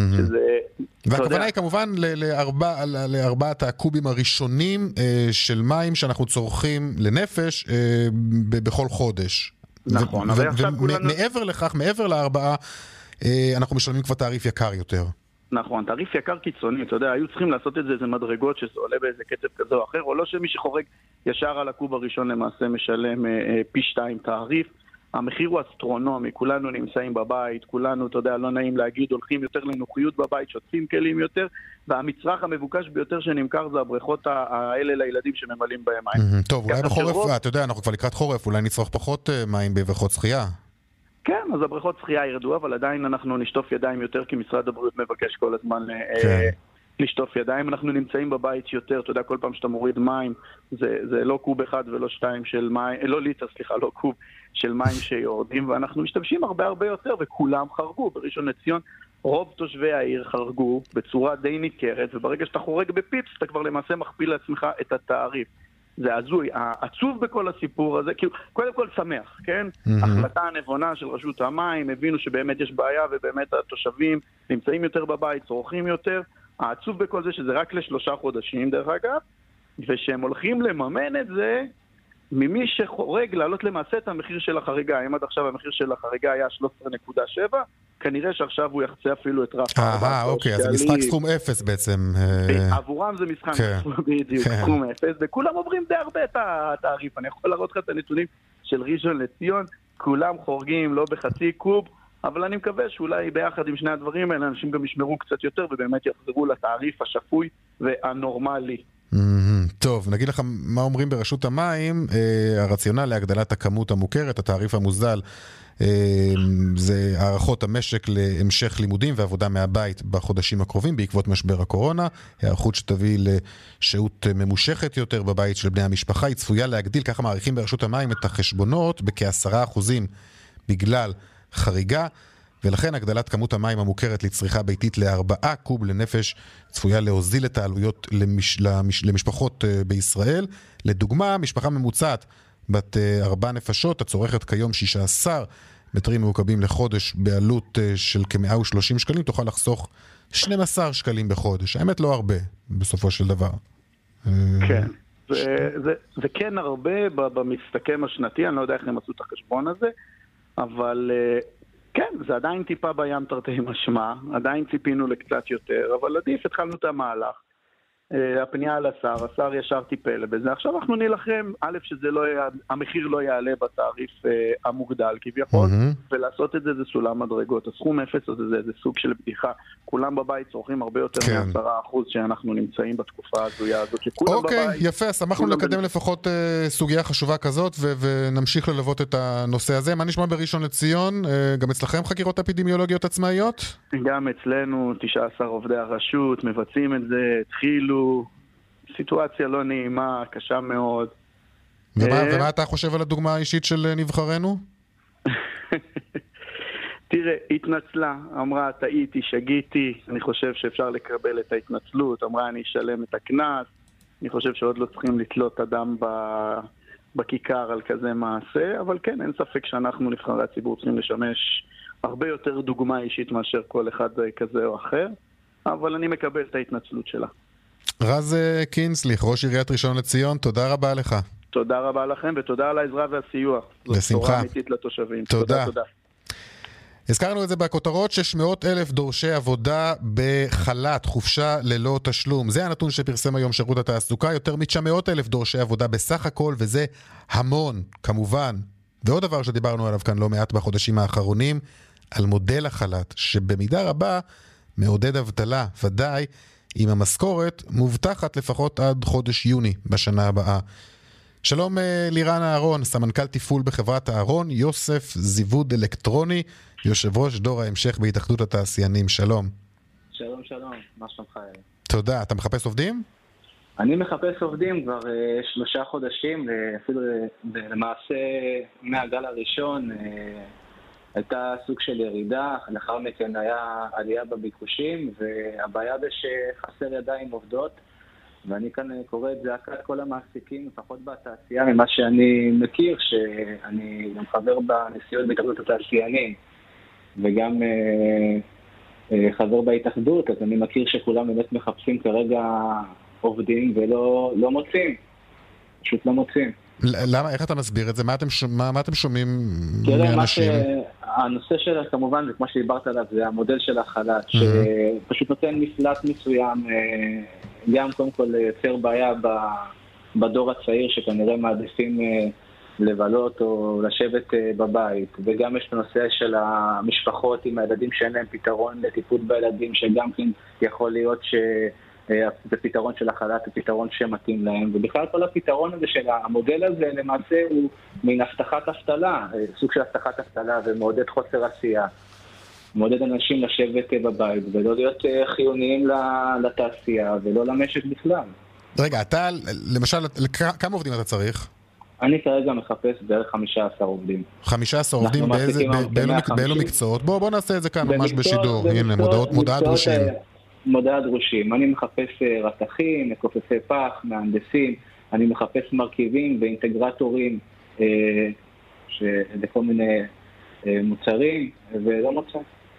והכוונה היא כמובן לארבעת הקובים הראשונים של מים שאנחנו צורכים לנפש בכל חודש. נכון. ומעבר לכך, מעבר לארבעה, אנחנו משלמים כבר תעריף יקר יותר. נכון, תעריף יקר קיצוני, אתה יודע, היו צריכים לעשות את זה איזה מדרגות שזה עולה באיזה קצב כזה או אחר, או לא שמי שחורג ישר על הקוב הראשון למעשה משלם פי 2 תעריף. המחיר הוא אסטרונומי, כולנו נמצאים בבית, כולנו, אתה יודע, לא נעים להגיד, הולכים יותר לנוחיות בבית, שוטפים כלים יותר, והמצרך המבוקש ביותר שנמכר זה הבריכות האלה לילדים שממלאים בהם מים. טוב, אולי בחורף, אתה יודע, אנחנו כבר לקראת חורף, אולי נצרוך פחות מים בבריכות שחייה. כן, אז הבריכות שחייה ירדו, אבל עדיין אנחנו נשטוף ידיים יותר, כי משרד הבריאות מבקש כל הזמן לשטוף ידיים. אנחנו נמצאים בבית יותר, אתה יודע, כל פעם שאתה מוריד מים, זה לא קוב אחד ולא שתיים של מים, לא ליטר, סליחה, לא קוב של מים שיורדים, ואנחנו משתמשים הרבה יותר, וכולם חרגו. בראשון לציון, רוב תושבי העיר חרגו בצורה די ניכרת, וברגע שאתה חורג בפיפס, אתה כבר למעשה מכפיל לעצמך את התעריף. זה הזוי. העצוב בכל הסיפור הזה, כאילו, קודם כל שמח, כן? החלטה הנבונה של רשות המים, הבינו שבאמת יש בעיה, ובאמת התושבים נמצאים יותר בבית, צורכים יותר. העצוב בכל זה שזה רק ל3 חודשים, דרך אגב, ושהם הולכים לממן את זה ממי שחורג לעלות למעשה את המחיר של החריגה. אם עד עכשיו המחיר של החריגה היה 13.7, כנראה שעכשיו הוא יחצה אפילו את רף. אוקיי, אז זה משחק סכום 0 בעצם. עבורם זה משחק בדיוק, סכום 0, וכולם עוברים די הרבה את התעריף. אני יכול להראות לך את הנתונים של ראשון לציון, כולם חורגים לא בחצי קוב, אבל אני מקווה שאולי ביחד עם שני הדברים האלה אנשים גם ישמרו קצת יותר ובאמת יחזרו לתעריף השפוי והנורמלי. טוב, נגיד לך מה אומרים ברשות המים. הרציונל להגדלת הכמות המוכרת, התעריף המוזל, זה הערכות המשק להמשך לימודים ועבודה מהבית בחודשים הקרובים בעקבות משבר הקורונה, הערכות שתביא לשהות ממושכת יותר בבית של בני המשפחה. היא צפויה להגדיל, ככה מעריכים ברשות המים, את החשבונות בכ10% בגלל חריגה, ולכן הגדלת כמות המים המוכרת לצריכה ביתית ל4 קוב לנפש צפויה להוזיל את העלויות למשפחות בישראל. לדוגמה, משפחה ממוצעת בת 4 נפשות הצורכת כיום 16 מטרים מעוקבים לחודש בעלות של כ130 שקלים תוכל לחסוך 12 שקלים בחודש. האמת לא הרבה בסופו של דבר. כן, זה כן הרבה במסתכם השנתי, אני לא יודע איך הם עשו את החשבון הזה, אבל כן, זה עדיין טיפה בים תרתי משמע, עדיין ציפינו לקצת יותר, אבל עדיף, התחלנו את המהלך. הפנייה על השר ישר טיפל בזה. עכשיו אנחנו נלחם, א', המחיר לא יעלה בתעריף המוגדל כביכול, ולעשות את זה זה סולם מדרגות. הסכום 0 הזה זה סוג של בדיחה. כולם בבית צורכים הרבה יותר מ10% שאנחנו נמצאים בתקופה הזויה הזאת. אוקיי, יפה, שמחנו לקדם לפחות סוגיה חשובה כזאת, ונמשיך ללוות את הנושא הזה. מה נשמע בראשון לציון? גם אצלכם חקירות אפידמיולוגיות עצמאיות? גם אצלנו 19 עובדי הרשות מבצעים את זה, התחילו סיטואציה לא נעימה, קשה מאוד. ומה אתה חושב על הדוגמה האישית של נבחרנו? תראה, התנצלה, אמרה, טעיתי, שגיתי, אני חושב שאפשר לקבל את ההתנצלות, אמרה, אני אשלם את הכנס, אני חושב שעוד לא צריכים לתלות אדם בכיכר על כזה מעשה, אבל כן, אין ספק שאנחנו נבחרי הציבור צריכים לשמש הרבה יותר דוגמה אישית מאשר כל אחד כזה או אחר, אבל אני מקבל את ההתנצלות שלה. רז קינסליך, ראש עיריית ראשון לציון, תודה רבה לך. תודה רבה לכם ותודה על העזרה והסיוע. בשמחה. זאת בשורה אמיתית לתושבים. תודה. הזכרנו את זה בכותרות, 600,000 דורשי עבודה בחל"ת, חופשה ללא תשלום. זה הנתון שפרסם היום שירות התעסוקה, יותר מ-900,000 דורשי עבודה בסך הכל, וזה המון, כמובן. ועוד דבר שדיברנו עליו כאן לא מעט בחודשים האחרונים, על מודל החל"ת, שבמידה רבה מעודד אבטלה, ודאי, עם המשכורת מובטחת לפחות עד חודש יוני בשנה הבאה. שלום לירן אהרון, סמנכ"ל תפעול בחברת אהרון, יוסף זיווד אלקטרוני, יושב ראש דור ההמשך בהתאחדות התעשיינים. שלום. שלום, שלום. מה שלומך? תודה. אתה מחפש עובדים? אני מחפש עובדים כבר 3 חודשים, אפילו למעשה מהגל הראשון הייתה סוג של ירידה, לאחר מכן היה עלייה בביקושים, והבעיה זה שחסר ידיים עובדות, ואני כאן קורא את זעקת כל המעסיקים, לפחות בתעשייה, ממה שאני מכיר, שאני גם חבר בנשיאות בהתאחדות התעשיינים, וגם חבר בהתאחדות, אז אני מכיר שכולם באמת מחפשים כרגע עובדים ולא מוצאים, פשוט לא מוצאים. למה? איך אתה מסביר את זה? מה אתם שומעים מאנשים? הנושא שלה כמובן, וכמו שדיברת עליו, זה המודל של החל"ת, שפשוט נותן מפלט מסוים, גם קודם כל יוצר בעיה בדור הצעיר, שכנראה מעדיפים לבלות או לשבת בבית, וגם יש את הנושא של המשפחות עם הילדים שאין להם פתרון לטיפול בילדים, שגם כן יכול להיות שזה פתרון של החל"ת, זה פתרון שמתאים להם, ובכלל כל הפתרון הזה של המודל הזה למעשה הוא מן הבטחת אבטלה, סוג של הבטחת אבטלה, ומעודד חוסר עשייה, מעודד אנשים לשבת בבית ולא להיות חיוניים לתעשייה ולא למשק בכלל. רגע, אתה למשל, כמה עובדים אתה צריך? אני כרגע מחפש בערך 15 עובדים. 15 עובדים באילו מקצועות? בוא נעשה את זה כאן ממש בשידור. הנה, מודעת דרושים. מודעת דרושים. אני מחפש רתכים, מקופפי פח, מהנדסים. אני מחפש מרכיבים ואינטגרטורים לכל מיני מוצרים, ולא מוצא.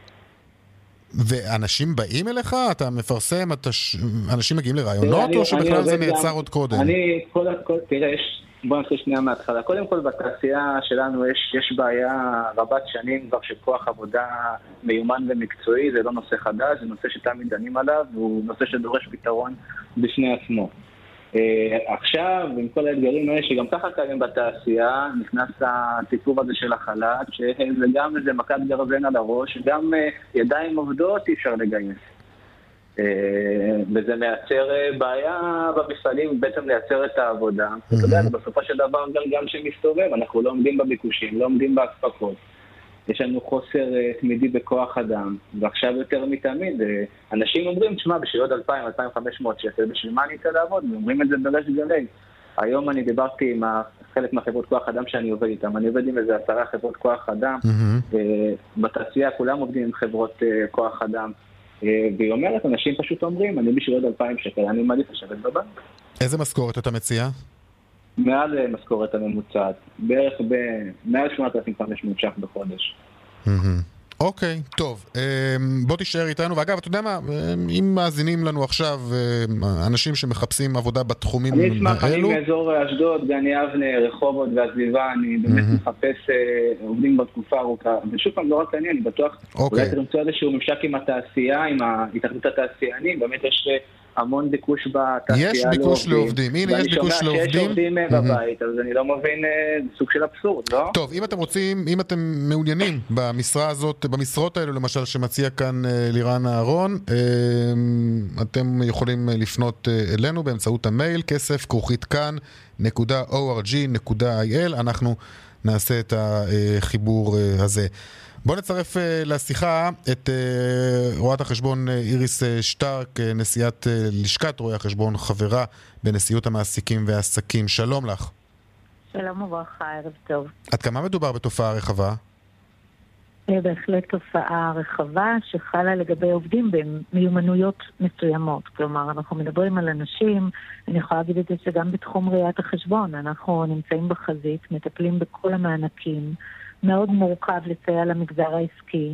ואנשים באים אליך? אתה מפרסם? אנשים מגיעים לרעיונות או שבכלל זה נעצר עוד קודם? תראה, בוא נתחיל שנייה מההתחלה. קודם כל, בתעשייה שלנו יש בעיה רבת שנים כבר של כוח עבודה מיומן ומקצועי, זה לא נושא חדש, זה נושא שתמיד דנים עליו, והוא נושא שדורש פתרון בפני עצמו. עכשיו, עם כל האתגרים האלה שגם ככה קיימים בתעשייה, נכנס הסיפור הזה של החל"ת, שזה גם איזה מכת גרזן על הראש, גם ידיים עובדות אי אפשר לגייס. וזה מייצר בעיה במפעלים, בעצם לייצר את העבודה. אתה יודע, בסופו של דבר גם שמסתובב, אנחנו לא עומדים בביקושים, לא עומדים בהספקות. יש לנו חוסר תמידי בכוח אדם, ועכשיו יותר מתמיד. אנשים אומרים, תשמע, בשביל עוד 2,000-2,500 שקל, בשביל מה אני אצא לעבוד? ואומרים את זה ברש גלי. היום אני דיברתי עם חלק מהחברות כוח אדם שאני עובד איתם. אני עובד עם איזה 10 חברות כוח אדם. בתעשייה כולם עובדים עם חברות כוח אדם. והיא אומרת, אנשים פשוט אומרים, אני בשביל עוד 2,000 שקל, אני מעדיף לשבת בבנק. איזה משכורת אתה מציע? מעל משכורת הממוצעת, בערך מעל 8,500 ש"ח בחודש. אוקיי, טוב. בוא תישאר איתנו, ואגב, אתה יודע מה, אם מאזינים לנו עכשיו אנשים שמחפשים עבודה בתחומים האלו... אני אשמח, אני מאזור אשדוד, גן יבנה, רחובות והסביבה, אני באמת מחפש עובדים בתקופה ארוכה. ושוב פעם, לא רק אני בטוח, אולי תרמצוא איזשהו ממשק עם התעשייה, עם התאחדות התעשיינים, באמת יש... המון ביקוש בתעשייה. יש ביקוש לעובדים. הנה, יש ביקוש לעובדים. ואני שומע שיש עובדים בבית, אז אני לא מבין סוג של אבסורד, לא? טוב, אם אתם רוצים, אם אתם מעוניינים במשרה הזאת, במשרות האלו, למשל, שמציע כאן לירן אהרון, אתם יכולים לפנות אלינו באמצעות המייל, kesef@kan.org.il. אנחנו נעשה את החיבור הזה. בוא נצרף לשיחה את רואת החשבון איריס שטרק, נשיאת לשכת רואי החשבון, חברה בנשיאות המעסיקים והעסקים. שלום לך. שלום וברכה, ערב טוב. עד כמה מדובר בתופעה רחבה? בהחלט תופעה רחבה שחלה לגבי עובדים במיומנויות מסוימות. כלומר, אנחנו מדברים על אנשים, אני יכולה להגיד את זה שגם בתחום ראיית החשבון, אנחנו נמצאים בחזית, מטפלים בכל המענקים, מאוד מורכב לסייע למגזר העסקי.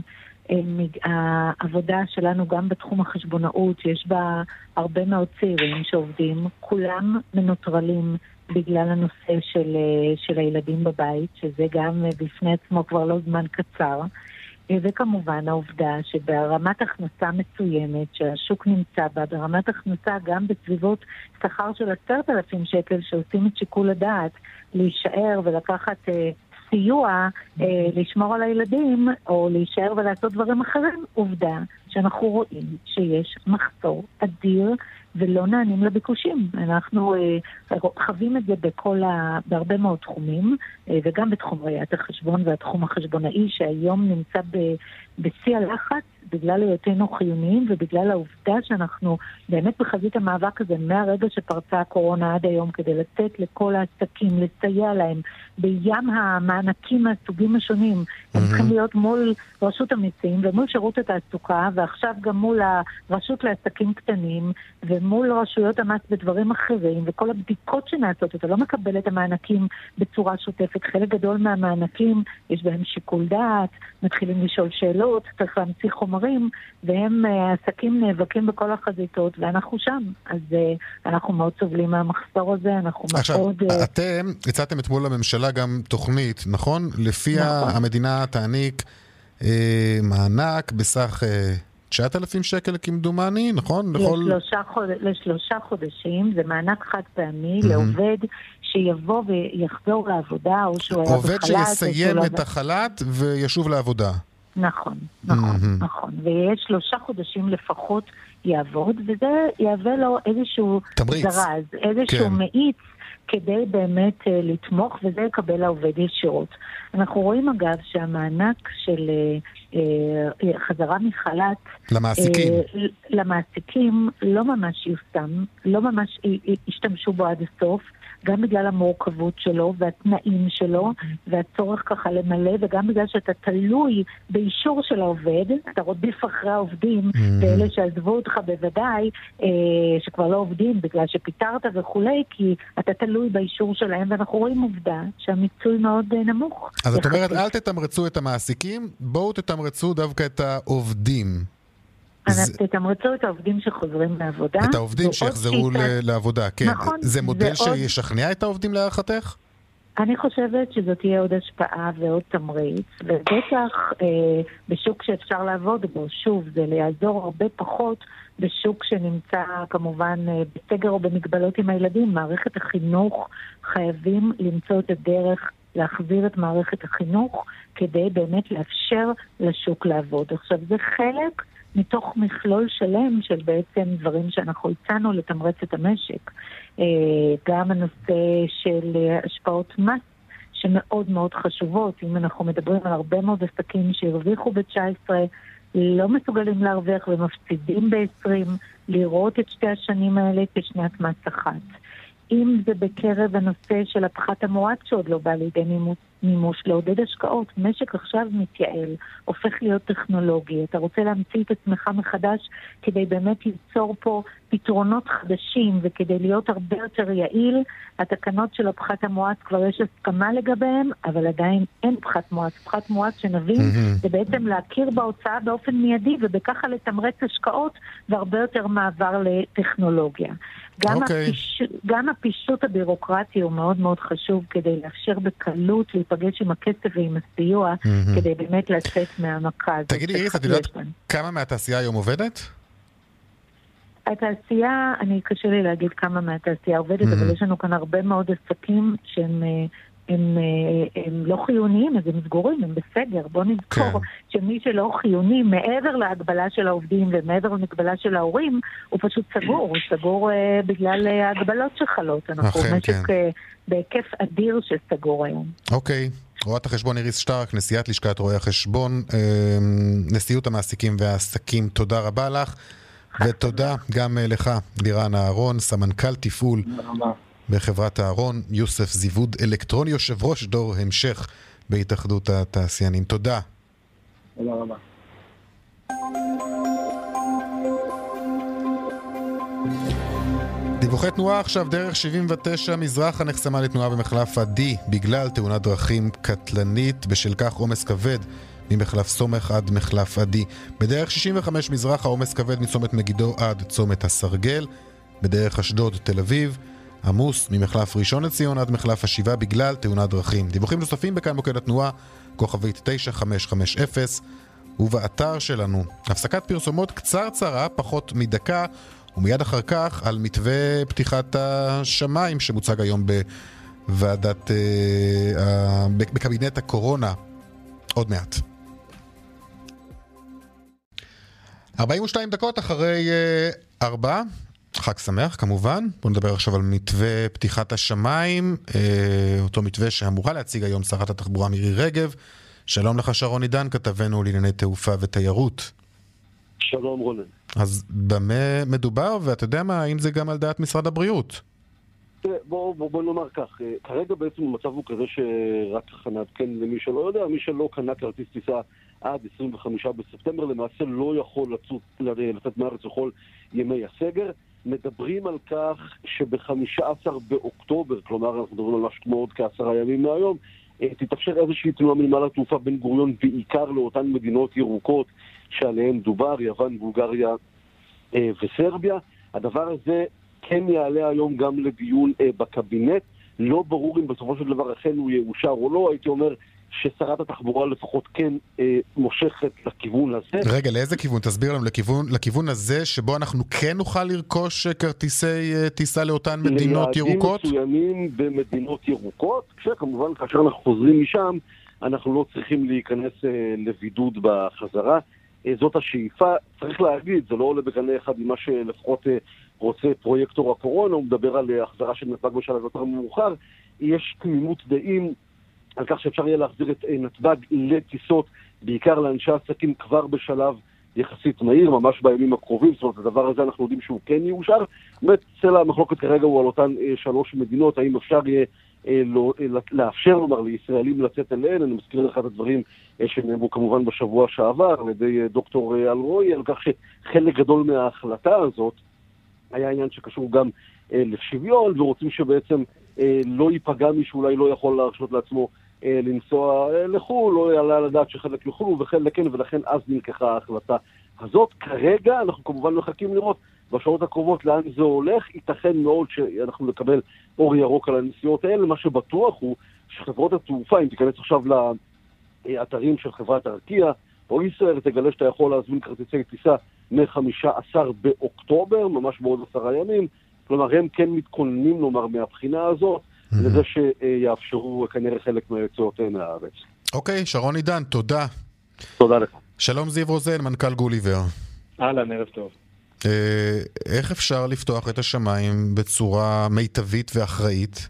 העבודה שלנו גם בתחום החשבונאות, שיש בה הרבה מאוד צעירים שעובדים, כולם מנוטרלים בגלל הנושא של הילדים בבית, שזה גם בפני עצמו כבר לא זמן קצר. וכמובן העובדה שברמת הכנסה מסוימת, שהשוק נמצא בה, ברמת הכנסה גם בסביבות שכר של 10,000 שקל, שעושים את שיקול הדעת להישאר ולקחת סיוע, לשמור על הילדים או להישאר ולעשות דברים אחרים, עובדה שאנחנו רואים שיש מחסור אדיר ולא נענים לביקושים. אנחנו חווים את זה בהרבה מאוד תחומים, וגם בתחום ראיית החשבון והתחום החשבונאי שהיום נמצא בשיא הלחץ בגלל היותנו חיוניים ובגלל העובדה שאנחנו באמת בחזית המאבק הזה מהרגע שפרצה הקורונה עד היום כדי לתת לכל העסקים, לסייע להם בים המענקים מהסוגים השונים. הם צריכים להיות מול רשות המיסים ומול שירות התעסוקה, ועכשיו גם מול הרשות לעסקים קטנים ומול רשויות המס בדברים אחרים, וכל הבדיקות שנעשות, אתה לא מקבל את המענקים בצורה שוטפת. חלק גדול מהמענקים יש בהם שיקול דעת, מתחילים לשאול שאלות, צריך להמציא חומרים, והם העסקים נאבקים בכל החזיתות, ואנחנו שם. אז אנחנו מאוד סובלים מהמחסור הזה, אנחנו עכשיו, מאוד... אתם הצעתם אתמול לממשלה גם תוכנית, נכון? לפיה המדינה תעניק מענק בסך 9,000 שקל כמדומני, נכון? לשלושה חודשים, זה מענק חד פעמי לעובד שיבוא ויחזור לעבודה, או שהוא היה בחל"ת. עובד שיסיים את החל"ת וישוב לעבודה. נכון. ויש 3 חודשים לפחות יעבוד, וזה יהווה לו איזשהו זרז, איזשהו מאיץ, כדי באמת לתמוך, וזה יקבל העובד ישירות. אנחנו רואים אגב שהמענק של חזרה מחל"ת למעסיקים לא ממש יושם, לא ממש השתמשו בו עד הסוף, גם בגלל המורכבות שלו והתנאים שלו והצורך ככה למלא, וגם בגלל שאתה תלוי באישור של העובד, אתה רודף אחרי העובדים ואלה שעזבו אותך בוודאי שכבר לא עובדים בגלל שפיטרת וכולי, כי אתה תלוי באישור שלהם, ואנחנו רואים עובדה שהמיצוי מאוד נמוך. אז את אומרת, אל תתמרצו את המעסיקים, בואו תתמרצו דווקא את העובדים. תתמרצו את העובדים שחוזרים לעבודה. את העובדים שיחזרו לעבודה, כן. זה מודל שישכנע את העובדים להערכתך? אני חושבת שזאת תהיה עוד השפעה ועוד תמריץ, ובטח בשוק שאפשר לעבוד בו, שוב, זה יעזור הרבה פחות בשוק שנמצא כמובן בסגר או במגבלות עם הילדים. מערכת החינוך חייבים למצוא את הדרך להחזיר את מערכת החינוך כדי באמת לאפשר לשוק לעבוד. עכשיו זה חלק מתוך מכלול שלם של בעצם דברים שאנחנו הצענו לתמרץ את המשק. גם הנושא של השפעות מס שמאוד מאוד חשובות. אם אנחנו מדברים על הרבה מאוד עסקים שהרוויחו ב-19, לא מסוגלים להרוויח ומפסידים ב-20, לראות את 2 השנים האלה כשנת מס אחת. אם זה בקרב הנושא של הפחת המואץ שעוד לא בא לידי מימוש, לעודד השקעות. משק עכשיו מתייעל, הופך להיות טכנולוגי. אתה רוצה להמציא את עצמך מחדש כדי באמת ליצור פה פתרונות חדשים, וכדי להיות הרבה יותר יעיל. התקנות של הפחת המואץ כבר יש הסכמה לגביהם, אבל עדיין אין פחת מואץ. פחת מואץ שנבין זה בעצם להכיר בהוצאה באופן מיידי, ובככה לתמרץ השקעות והרבה יותר מעבר לטכנולוגיה. גם הפישוט הבירוקרטי הוא מאוד מאוד חשוב כדי לאפשר בקלות להיפגש עם הכסף ועם הסיוע, כדי באמת לצאת מהמכה. תגידי איריס, את יודעת כמה מהתעשייה היום עובדת? התעשייה, קשה לי להגיד כמה מהתעשייה עובדת, אבל יש לנו כאן הרבה מאוד עסקים שהם לא חיוניים, אז הם סגורים, הם בסגר. בוא נזכור שמי שלא חיוני, מעבר להגבלה של העובדים ומעבר למגבלה של ההורים, הוא פשוט סגור. הוא סגור בגלל ההגבלות שחלות. אנחנו משק בהיקף אדיר שסגור היום. אוקיי. רואת החשבון איריס שטרק, נשיאת לשכת רואי החשבון, נשיאות המעסיקים והעסקים, תודה רבה לך. ותודה גם לך, לירן אהרון, סמנכ"ל תפעול בחברת אהרון, יוסף זיווד אלקטרוני, יושב ראש דור המשך בהתאחדות התעשיינים. תודה. תודה רבה. דיווחי תנועה עכשיו. דרך 79 מזרחה נחסמה לתנועה במחלף עדי בגלל תאונת דרכים קטלנית, בשל כך עומס כבד ממחלף סומך עד מחלף עדי. בדרך 65 מזרחה עומס כבד מצומת מגידו עד צומת הסרגל. בדרך אשדוד תל אביב עמוס ממחלף ראשון לציון עד מחלף השבעה בגלל תאונת דרכים. דיווחים נוספים בכאן מוקד התנועה כוכבית 9550, ובאתר שלנו הפסקת פרסומות קצרצרה פחות מדקה, ומיד אחר כך על מתווה פתיחת השמיים שמוצג היום בקבינט הקורונה. עוד מעט. 42 דקות אחרי 4, חג שמח כמובן. בואו נדבר עכשיו על מתווה פתיחת השמיים, אותו מתווה שאמורה להציג היום שרת התחבורה מירי רגב. שלום לך שרון עידן, כתבנו לענייני תעופה ותיירות. שלום רונן. אז במה מדובר, ואתה יודע מה, האם זה גם על דעת משרד הבריאות? בוא נאמר כך, כרגע בעצם המצב הוא כזה שרק נעדכן למי שלא יודע, מי שלא קנה כרטיס טיסה עד 25 בספטמבר למעשה לא יכול לצאת מארץ לכל ימי הסגר. מדברים על כך שב-15 באוקטובר, כלומר אנחנו מדברים על משהו כמו עוד כ10 ימים מהיום, תתאפשר איזושהי תנועה מנמל התעופה בן גוריון, בעיקר לאותן מדינות ירוקות שעליהן דובר, יוון, בולגריה וסרביה. הדבר הזה כן יעלה היום גם לדיון בקבינט. לא ברור אם בסופו של דבר אכן הוא יאושר או לא. הייתי אומר, ששרת התחבורה לפחות כן מושכת לכיוון הזה. רגע, לאיזה כיוון? תסביר לנו, לכיוון הזה שבו אנחנו כן נוכל לרכוש כרטיסי טיסה לאותן מדינות ירוקות? ליעדים מסוימים במדינות ירוקות, כשכמובן כאשר אנחנו חוזרים משם, אנחנו לא צריכים להיכנס לבידוד בחזרה. זאת השאיפה, צריך להגיד, זה לא עולה בגני אחד עם מה שלפחות רוצה פרויקטור הקורונה, הוא מדבר על החזרה של נתב"ג בשלב יותר מאוחר, יש תמימות דעים על כך שאפשר יהיה להחזיר את נתב"ג לטיסות, בעיקר לאנשי עסקים כבר בשלב יחסית מהיר, ממש בימים הקרובים, זאת אומרת, הדבר הזה אנחנו יודעים שהוא כן יאושר. באמת, צלע המחלוקת כרגע הוא על אותן 3 מדינות, האם אפשר יהיה לאפשר, לומר, לישראלים לצאת אליהן. אני מזכיר לך את הדברים שנאמרו כמובן בשבוע שעבר על ידי דוקטור אלרועי, על כך שחלק גדול מההחלטה הזאת היה עניין שקשור גם לשוויון, ורוצים שבעצם לא ייפגע מי שאולי לא יכול להרשות לעצמו לנסוע לחול, לא יעלה לדעת שחלק יוכלו וחלק כן, ולכן אז נלקחה ההחלטה הזאת. כרגע אנחנו כמובן מחכים לראות בשעות הקרובות לאן זה הולך. ייתכן מאוד שאנחנו נקבל אור ירוק על הנסיעות האלה. מה שבטוח הוא שחברות התעופה, אם תיכנס עכשיו לאתרים של חברת ארקיע או ישראל, תגלה שאתה יכול להזמין כרטיסי טיסה מ-15 באוקטובר, ממש בעוד 10 ימים. כלומר, הם כן מתכוננים, נאמר, מהבחינה הזאת, לזה שיאפשרו כנראה חלק מהיציאות מהארץ. אוקיי, שרון עידן, תודה. תודה לך. שלום זיו רוזן, מנכ"ל גוליבר. אהלן, ערב טוב. איך אפשר לפתוח את השמיים בצורה מיטבית ואחראית?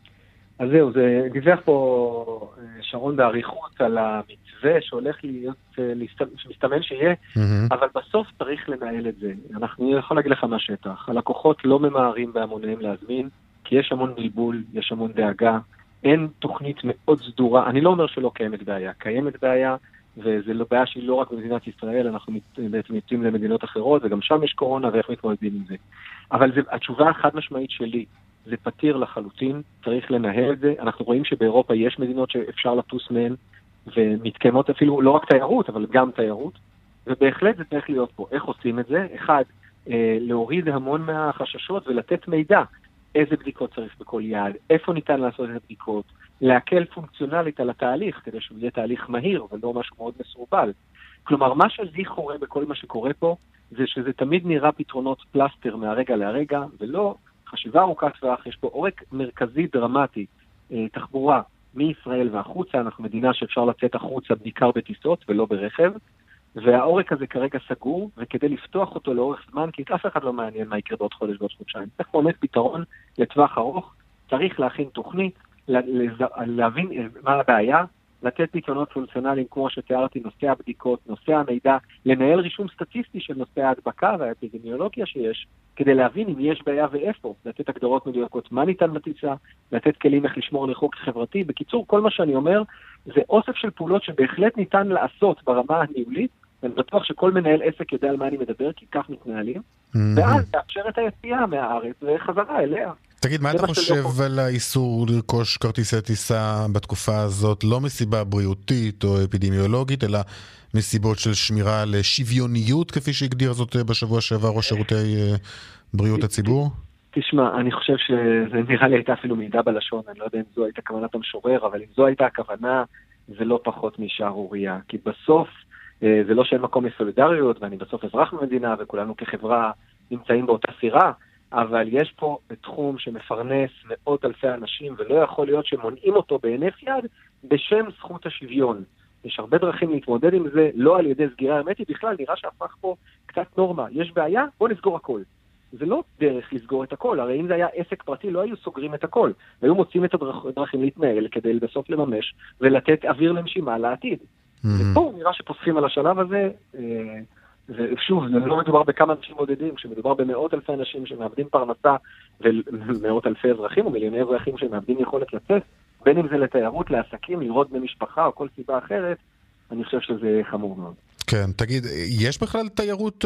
אז זהו, זה דיווח פה שרון באריכות על המתווה שהולך להיות, שמסתמן שיהיה, אבל בסוף צריך לנהל את זה. אנחנו יכול להגיד לך מהשטח, הלקוחות לא ממהרים בהמוניהם להזמין, כי יש המון בלבול, יש המון דאגה, אין תוכנית מאוד סדורה. אני לא אומר שלא קיימת בעיה, קיימת בעיה, וזה לא בעיה שהיא לא רק במדינת ישראל, אנחנו בעצם יוצאים למדינות אחרות, וגם שם יש קורונה, ואיך מתמודדים עם זה. אבל התשובה החד משמעית שלי, זה פתיר לחלוטין, צריך לנהל את זה. אנחנו רואים שבאירופה יש מדינות שאפשר לטוס מהן, ומתקיימות אפילו לא רק תיירות, אבל גם תיירות, ובהחלט זה צריך להיות פה. איך עושים את זה? אחד, להוריד המון מהחששות ולתת מידע. איזה בדיקות צריך בכל יעד, איפה ניתן לעשות את הבדיקות, להקל פונקציונלית על התהליך, כדי שהוא יהיה תהליך מהיר, ולא משהו מאוד מסורבל. כלומר, מה שלי חורה בכל מה שקורה פה, זה שזה תמיד נראה פתרונות פלסטר מהרגע להרגע, ולא חשיבה ארוכת טווח. יש פה עורק מרכזי דרמטי, תחבורה מישראל והחוצה, אנחנו מדינה שאפשר לצאת החוצה בעיקר בטיסות ולא ברכב, והעורק הזה כרגע סגור, וכדי לפתוח אותו לאורך זמן, כי אף אחד לא מעניין מה יקרה בעוד חודש, בעוד חודשיים. צריך באמת פתרון לטווח ארוך, צריך להכין תוכנית, להבין מה הבעיה, לתת פתרונות פונקציונליים כמו שתיארתי, נושא הבדיקות, נושא המידע, לנהל רישום סטטיסטי של נושא ההדבקה והאפידמיולוגיה שיש, כדי להבין אם יש בעיה ואיפה, לתת הגדרות מדויקות מה ניתן בטיסה, לתת כלים איך לשמור על ריחוק חברתי. בקיצור, כל מה שאני אומר זה אוסף של פעולות שבהחלט ניתן לעשות ברמה הניהולית, ואני בטוח שכל מנהל עסק יודע על מה אני מדבר, כי כך מתנהלים, ואז תאפשר את היציאה מהארץ וחזרה אליה. תגיד, מה אתה חושב על האיסור לרכוש כרטיסי טיסה בתקופה הזאת, לא מסיבה בריאותית או אפידמיולוגית, אלא מסיבות של שמירה על שוויוניות, כפי שהגדיר זאת בשבוע שעבר ראש שירותי בריאות הציבור? תשמע, אני חושב שזה נראה לי הייתה אפילו מידע בלשון, אני לא יודע אם זו הייתה כוונת המשורר, אבל אם זו הייתה הכוונה, זה לא פחות משערוריה, כי בסוף זה לא שאין מקום לסולידריות, ואני בסוף אזרח במדינה, וכולנו כחברה נמצאים באותה סירה, אבל יש פה תחום שמפרנס מאות אלפי אנשים, ולא יכול להיות שמונעים אותו בהינף יד בשם זכות השוויון. יש הרבה דרכים להתמודד עם זה, לא על ידי סגירה הרמטית, בכלל נראה שהפך פה קצת נורמה. יש בעיה, בוא נסגור הכל. זה לא דרך לסגור את הכל, הרי אם זה היה עסק פרטי לא היו סוגרים את הכל, היו מוצאים את הדרכים להתנהל כדי בסוף לממש ולתת אוויר לנשימה לעתיד. ופה נראה שפוסחים על השלב הזה, ושוב, זה לא מדובר בכמה אנשים מודדים, כשמדובר במאות אלפי אנשים שמאבדים פרנסה, ומאות אלפי אזרחים או מיליוני אזרחים שמאבדים יכולת לצאת, בין אם זה לתיירות, לעסקים, לראות במשפחה או כל סיבה אחרת, אני חושב שזה חמור מאוד. כן, תגיד, יש בכלל תיירות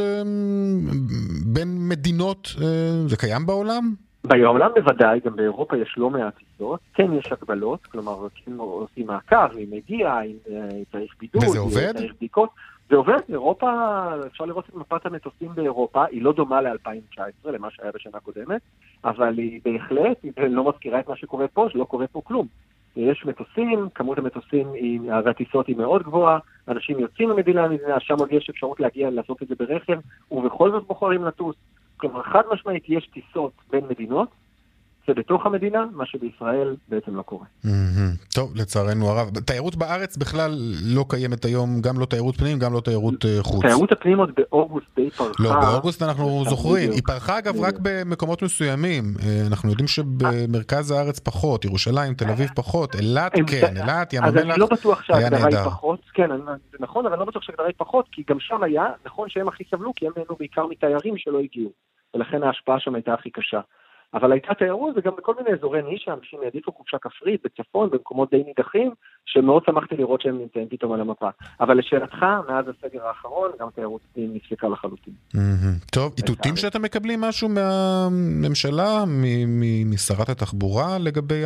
בין מדינות? זה קיים בעולם? בעולם בוודאי, גם באירופה יש לא מעט טיסות, כן יש הגבלות, כלומר, כן עושים מעקב, אם מגיע, אם צריך בידוד, וזה עובד? צריך בדיקות. זה עובד, אירופה, אפשר לראות את מפת המטוסים באירופה, היא לא דומה ל-2019, למה שהיה בשנה קודמת, אבל היא בהחלט, היא לא מזכירה את מה שקורה פה, שלא קורה פה כלום. יש מטוסים, כמות המטוסים והטיסות היא מאוד גבוהה, אנשים יוצאים ממדינה, שם עוד יש אפשרות להגיע לעשות את זה ברכב, ובכל זאת בוחרים לטוס. כלומר, חד משמעית יש טיסות בין מדינות, זה בתוך המדינה, מה שבישראל בעצם לא קורה. טוב, לצערנו הרב. תיירות בארץ בכלל לא קיימת היום, גם לא תיירות פנים, גם לא תיירות חוץ. תיירות הפנים עוד באוגוסט די פרחה. לא, באוגוסט אנחנו זוכרים. היא פרחה אגב רק במקומות מסוימים. אנחנו יודעים שבמרכז הארץ פחות, ירושלים, תל אביב פחות, אילת כן, אילת, ים המלח. אז אני לא בטוח שהגדרה היא פחות, כן, זה נכון, אבל אני לא בטוח שהגדרה היא פחות, כי גם שם היה, נכון שהם הכי סבלו, כי הם נהנו בעיקר מתיירים שלא הגיעו. ולכן ההשפעה שם הייתה הכי קשה. אבל הייתה תיירות וגם בכל מיני אזורי נישה, אנשים העדיפו חופשה כפרית בצפון, במקומות די נידחים, שמאוד שמחתי לראות שהם נמצאים פתאום על המפה. אבל לשאלתך, מאז הסגר האחרון, גם תיירות נפסקה לחלוטין. טוב, איתותים שאתה מקבלים משהו מהממשלה, משרת התחבורה לגבי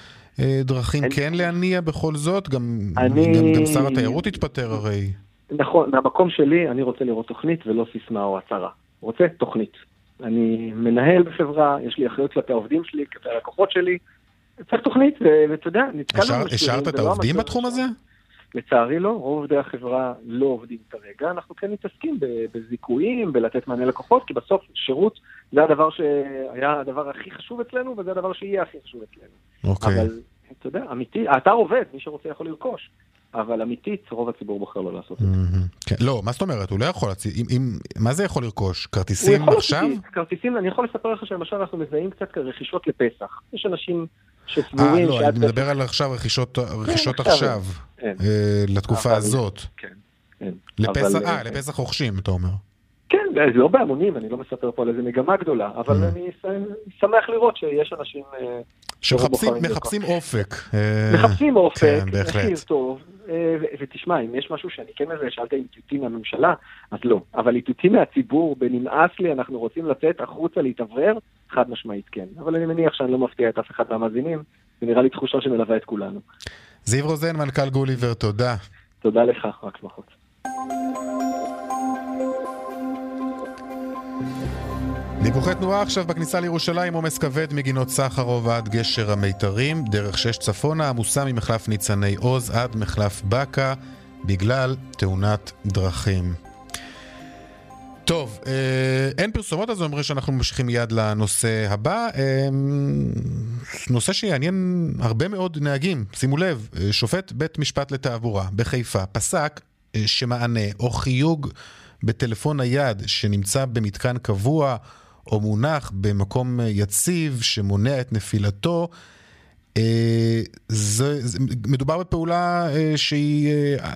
הדרכים כן להניע בכל זאת? גם שר התיירות התפטר הרי. נכון, מהמקום שלי אני רוצה לראות תוכנית ולא סיסמה או הצהרה. רוצה תוכנית. אני מנהל בחברה, יש לי אחריות כלפי העובדים שלי, כלפי הלקוחות שלי, צריך תוכנית, ואתה יודע, נתקלנו... השארת את העובדים בתחום הזה? לצערי לא, רוב עובדי החברה לא עובדים כרגע, אנחנו כן מתעסקים בזיכויים, בלתת מענה לקוחות, כי בסוף שירות זה הדבר שהיה הדבר הכי חשוב אצלנו, וזה הדבר שיהיה הכי חשוב אצלנו. אבל, אתה יודע, אמיתי, האתר עובד, מי שרוצה יכול לרכוש. אבל אמיתית, רוב הציבור בוחר לא לעשות את זה. לא, מה זאת אומרת? הוא לא יכול, מה זה יכול לרכוש? כרטיסים עכשיו? כרטיסים, אני יכול לספר לך שלמשל אנחנו מזהים קצת כרכישות לפסח. יש אנשים שסבורים... לא, אני מדבר על עכשיו רכישות עכשיו, לתקופה הזאת. כן. לפסח רוכשים, אתה אומר. כן, זה לא בהמונים, אני לא מספר פה על איזה מגמה גדולה, אבל אני שמח לראות שיש אנשים... שמחפשים אופק. מחפשים אופק, מחיר טוב, ותשמע, אם יש משהו שאני כן מזה, שאלת איתותים מהממשלה, אז לא. אבל איתותים מהציבור, בנמאס לי, אנחנו רוצים לצאת החוצה להתעברר, חד משמעית כן. אבל אני מניח שאני לא מפתיע את אף אחד מהמאזינים, זה נראה לי תחושה שמלווה את כולנו. זיו רוזן, מנכ"ל גוליבר, תודה. תודה לך, רק שמחות. דיווחי תנועה עכשיו בכניסה לירושלים, עומס כבד מגינות סחרוב עד גשר המיתרים, דרך 6 צפונה עמוסה ממחלף ניצני עוז עד מחלף בקה בגלל תאונת דרכים. טוב, אין פרסומות, אז אומרים שאנחנו ממשיכים מיד לנושא הבא. נושא שיעניין הרבה מאוד נהגים. שימו לב, שופט בית משפט לתעבורה בחיפה פסק שמענה או חיוג בטלפון נייד שנמצא במתקן קבוע או מונח במקום יציב שמונע את נפילתו, מדובר בפעולה שהיא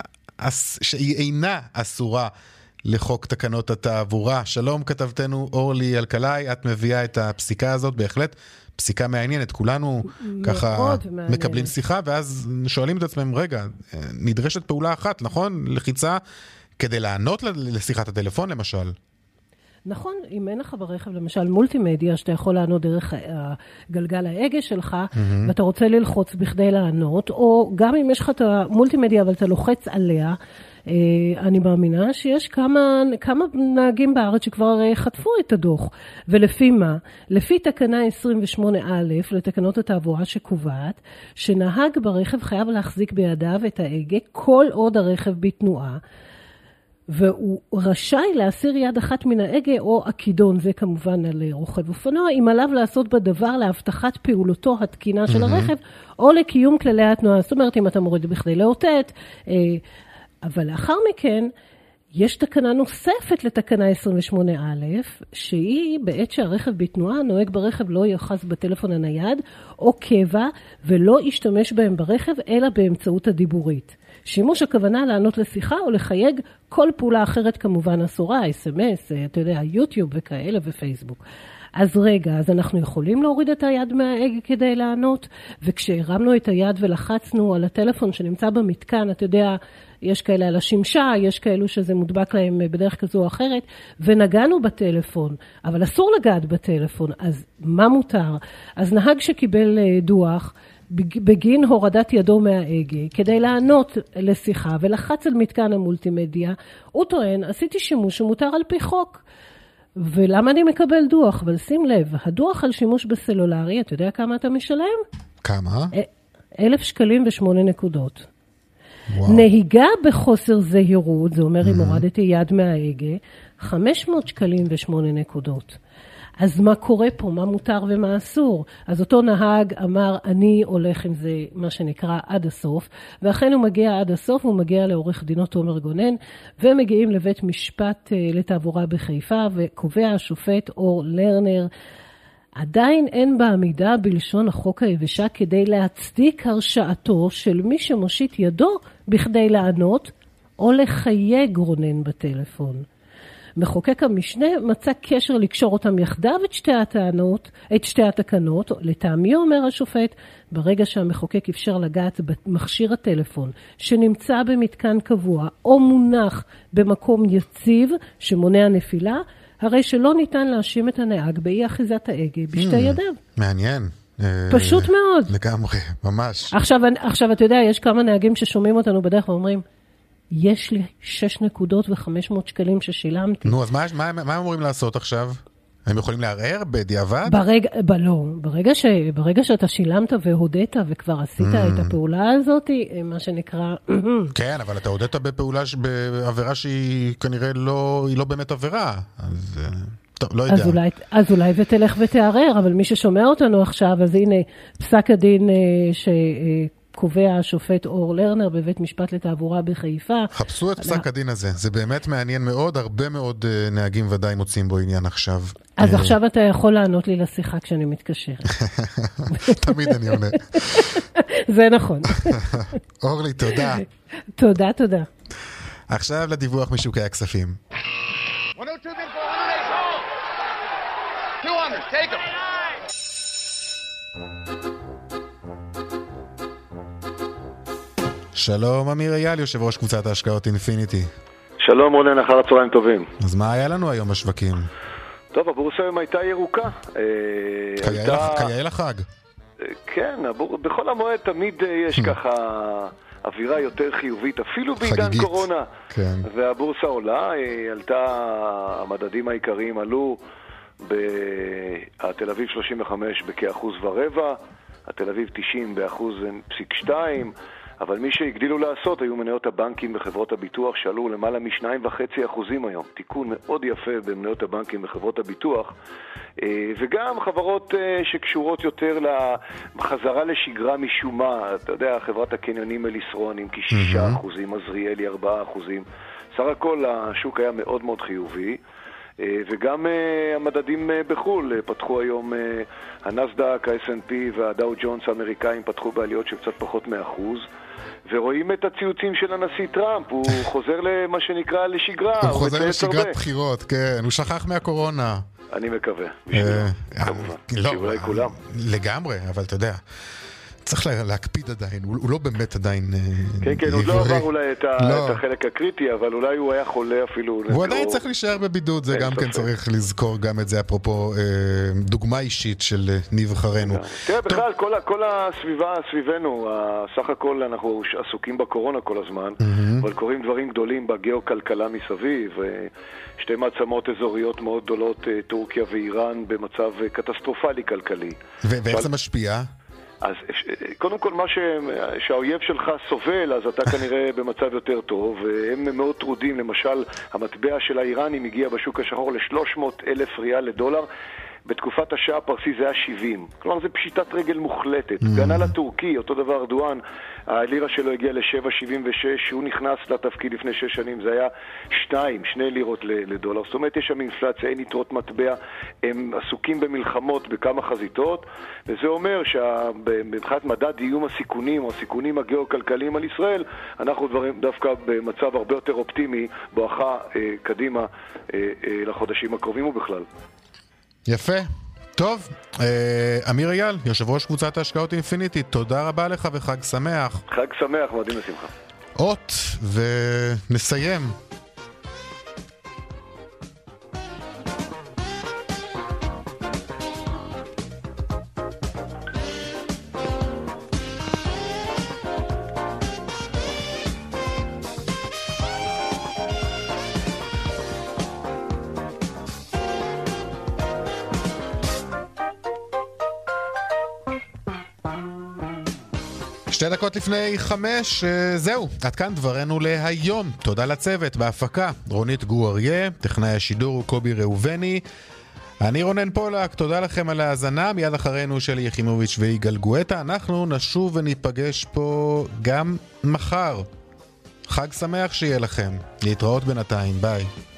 אינה אסורה לחוק תקנות התעבורה. שלום כתבתנו אורלי אלקלעי, את מביאה את הפסיקה הזאת, בהחלט פסיקה מעניינת, כולנו ככה מקבלים שיחה ואז שואלים את עצמם, רגע, נדרשת פעולה אחת, נכון? לחיצה כדי לענות לשיחת הטלפון למשל. נכון, אם אין לך ברכב למשל מולטימדיה, שאתה יכול לענות דרך גלגל ההגה שלך, ואתה רוצה ללחוץ בכדי לענות, או גם אם יש לך את המולטימדיה, אבל אתה לוחץ עליה, אני מאמינה שיש כמה נהגים בארץ שכבר חטפו את הדוח. ולפי מה? לפי תקנה 28א לתקנות התעבורה שקובעת, שנהג ברכב חייב להחזיק בידיו את ההגה כל עוד הרכב בתנועה, והוא רשאי להסיר יד אחת מן ההגה או הכידון, זה כמובן על רוכב אופנוע, אם עליו לעשות בדבר להבטחת פעולתו התקינה של הרכב, או לקיום כללי התנועה. זאת אומרת, אם אתה מוריד בכדי לאותת, אבל לאחר מכן, יש תקנה נוספת לתקנה 28א, שהיא בעת שהרכב בתנועה, נוהג ברכב לא יוחז בטלפון הנייד או קבע, ולא ישתמש בהם ברכב, אלא באמצעות הדיבורית. שימוש הכוונה לענות לשיחה או לחייג כל פעולה אחרת כמובן אסורה, SMS, אתה יודע, יוטיוב וכאלה ופייסבוק. אז רגע, אז אנחנו יכולים להוריד את היד מההגה כדי לענות, וכשהרמנו את היד ולחצנו על הטלפון שנמצא במתקן, אתה יודע, יש כאלה על השמשה, יש כאלו שזה מודבק להם בדרך כזו או אחרת, ונגענו בטלפון, אבל אסור לגעת בטלפון, אז מה מותר? אז נהג שקיבל דוח, בגין הורדת ידו מההגה, כדי לענות לשיחה ולחץ על מתקן המולטימדיה, הוא טוען, עשיתי שימוש שמותר על פי חוק. ולמה אני מקבל דוח? אבל שים לב, הדוח על שימוש בסלולרי, אתה יודע כמה אתה משלם? כמה? 1,008 נקודות. נהיגה בחוסר זהירות, זה אומר אם הורדתי יד מההגה, 508 נקודות. אז מה קורה פה? מה מותר ומה אסור? אז אותו נהג אמר, אני הולך עם זה, מה שנקרא, עד הסוף, ואכן הוא מגיע עד הסוף, הוא מגיע לעורך דינו תומר גונן, ומגיעים לבית משפט לתעבורה בחיפה, וקובע השופט אור לרנר, עדיין אין בעמידה בלשון החוק היבשה כדי להצדיק הרשעתו של מי שמושיט ידו בכדי לענות או לחייג רונן בטלפון. מחוקק המשנה מצא קשר לקשור אותם יחדיו את שתי התקנות, לטעמי אומר השופט, ברגע שהמחוקק אפשר לגעת במכשיר הטלפון שנמצא במתקן קבוע או מונח במקום יציב שמונע נפילה, הרי שלא ניתן להאשים את הנהג באי אחיזת ההגה בשתי ידיו. מעניין. פשוט מאוד. לגמרי, ממש. עכשיו אתה יודע, יש כמה נהגים ששומעים אותנו בדרך ואומרים, יש לי 6 נקודות ו500 שקלים ששילמתי. נו, אז מה הם אמורים לעשות עכשיו? הם יכולים לערער בדיעבד? לא, ברגע שאתה שילמת והודית וכבר עשית את הפעולה הזאת, מה שנקרא... כן, אבל אתה הודית בעבירה שהיא כנראה לא באמת עבירה, אז... טוב, לא יודע. אז אולי ותלך ותערער, אבל מי ששומע אותנו עכשיו, אז הנה פסק הדין קובע השופט אור לרנר בבית משפט לתעבורה בחיפה. חפשו את פסק הדין הזה, זה באמת מעניין מאוד, הרבה מאוד נהגים ודאי מוצאים בו עניין עכשיו. אז עכשיו אתה יכול לענות לי לשיחה כשאני מתקשר. תמיד אני עונה. זה נכון. אורלי, תודה. תודה. עכשיו לדיווח משוקי הכספים. 200, take them. שלום, אמיר אייל, יושב ראש קבוצת ההשקעות אינפיניטי. שלום רונן, אחר הצהריים טובים. אז מה היה לנו היום בשווקים? טוב, הבורסה היום הייתה ירוקה. כיאה לחג. כן, בכל המועד תמיד יש ככה אווירה יותר חיובית, אפילו בעידן קורונה. כן. והבורסה עולה, המדדים העיקריים עלו, התל אביב 35 בכ1.25%, התל אביב 90 ב1.2%, אבל מי שהגדילו לעשות היו מניות הבנקים בחברות הביטוח שעלו למעלה מ2.5% היום. תיקון מאוד יפה במניות הבנקים בחברות הביטוח, וגם חברות שקשורות יותר לחזרה לשגרה משום מה. אתה יודע, חברת הקניונים אליסרון עם כ6%, עזריאלי 4%. סך הכל השוק היה מאוד מאוד חיובי. וגם המדדים בחול פתחו היום, הנסדק, ה-S&P והדאו ג'ונס האמריקאים פתחו בעליות של קצת פחות מ1%, ורואים את הציוצים של הנשיא טראמפ, הוא חוזר למה שנקרא לשגרה. הוא חוזר לשגרת בחירות, כן, הוא שכח מהקורונה. אני מקווה, בשבילו, כמובן, בשבילי כולם. לגמרי, אבל אתה יודע, צריך להקפיד עדיין, הוא לא באמת עדיין... כן, הוא לא עבר אולי את החלק הקריטי, אבל אולי הוא היה חולה אפילו... הוא עדיין צריך להישאר בבידוד, זה גם כן צריך לזכור גם את זה, אפרופו דוגמה אישית של נבחרנו. תראה, בכלל, כל הסביבה סביבנו, סך הכל אנחנו עסוקים בקורונה כל הזמן, אבל קוראים דברים גדולים בגיאו-כלכלה מסביב, שתי מעצמות אזוריות מאוד גדולות, טורקיה ואיראן, במצב קטסטרופלי כלכלי. ואיך זה משפיע? אז קודם כל, מה שהאויב שלך סובל, אז אתה כנראה במצב יותר טוב, והם מאוד טרודים. למשל, המטבע של האיראנים הגיע בשוק השחור ל$300,000 לדולר, בתקופת השעה הפרסי זה היה 70. כלומר, זה פשיטת רגל מוחלטת. גנל הטורקי, אותו דבר ארדואן, הלירה שלו הגיע ל7.76, שהוא נכנס לתפקיד לפני 6 שנים, זה היה 2 לירות לדולר. זאת אומרת, יש שם אינפלציה, אין יתרות מטבע, הם עסוקים במלחמות בכמה חזיתות, וזה אומר שבמבחינת מדד איום הסיכונים, או הסיכונים הגיאו-כלכליים על ישראל, אנחנו דווקא במצב הרבה יותר אופטימי, בואכה קדימה לחודשים הקרובים ובכלל. יפה. טוב, אמיר אייל, יושב ראש קבוצת ההשקעות אינפיניטי, תודה רבה לך וחג שמח. חג שמח, מועדים לשמחה. אות, ונסיים. 4:02 זהו, עד כאן דברנו להיום. תודה לצוות בהפקה, רונית גו-אריה, טכנאי השידור קובי ראובני. אני רונן פולק, תודה לכם על ההאזנה. מיד אחרינו שלי יחימוביץ' ויגאל גואטה. אנחנו נשוב וניפגש פה גם מחר. חג שמח שיהיה לכם. להתראות בינתיים, ביי.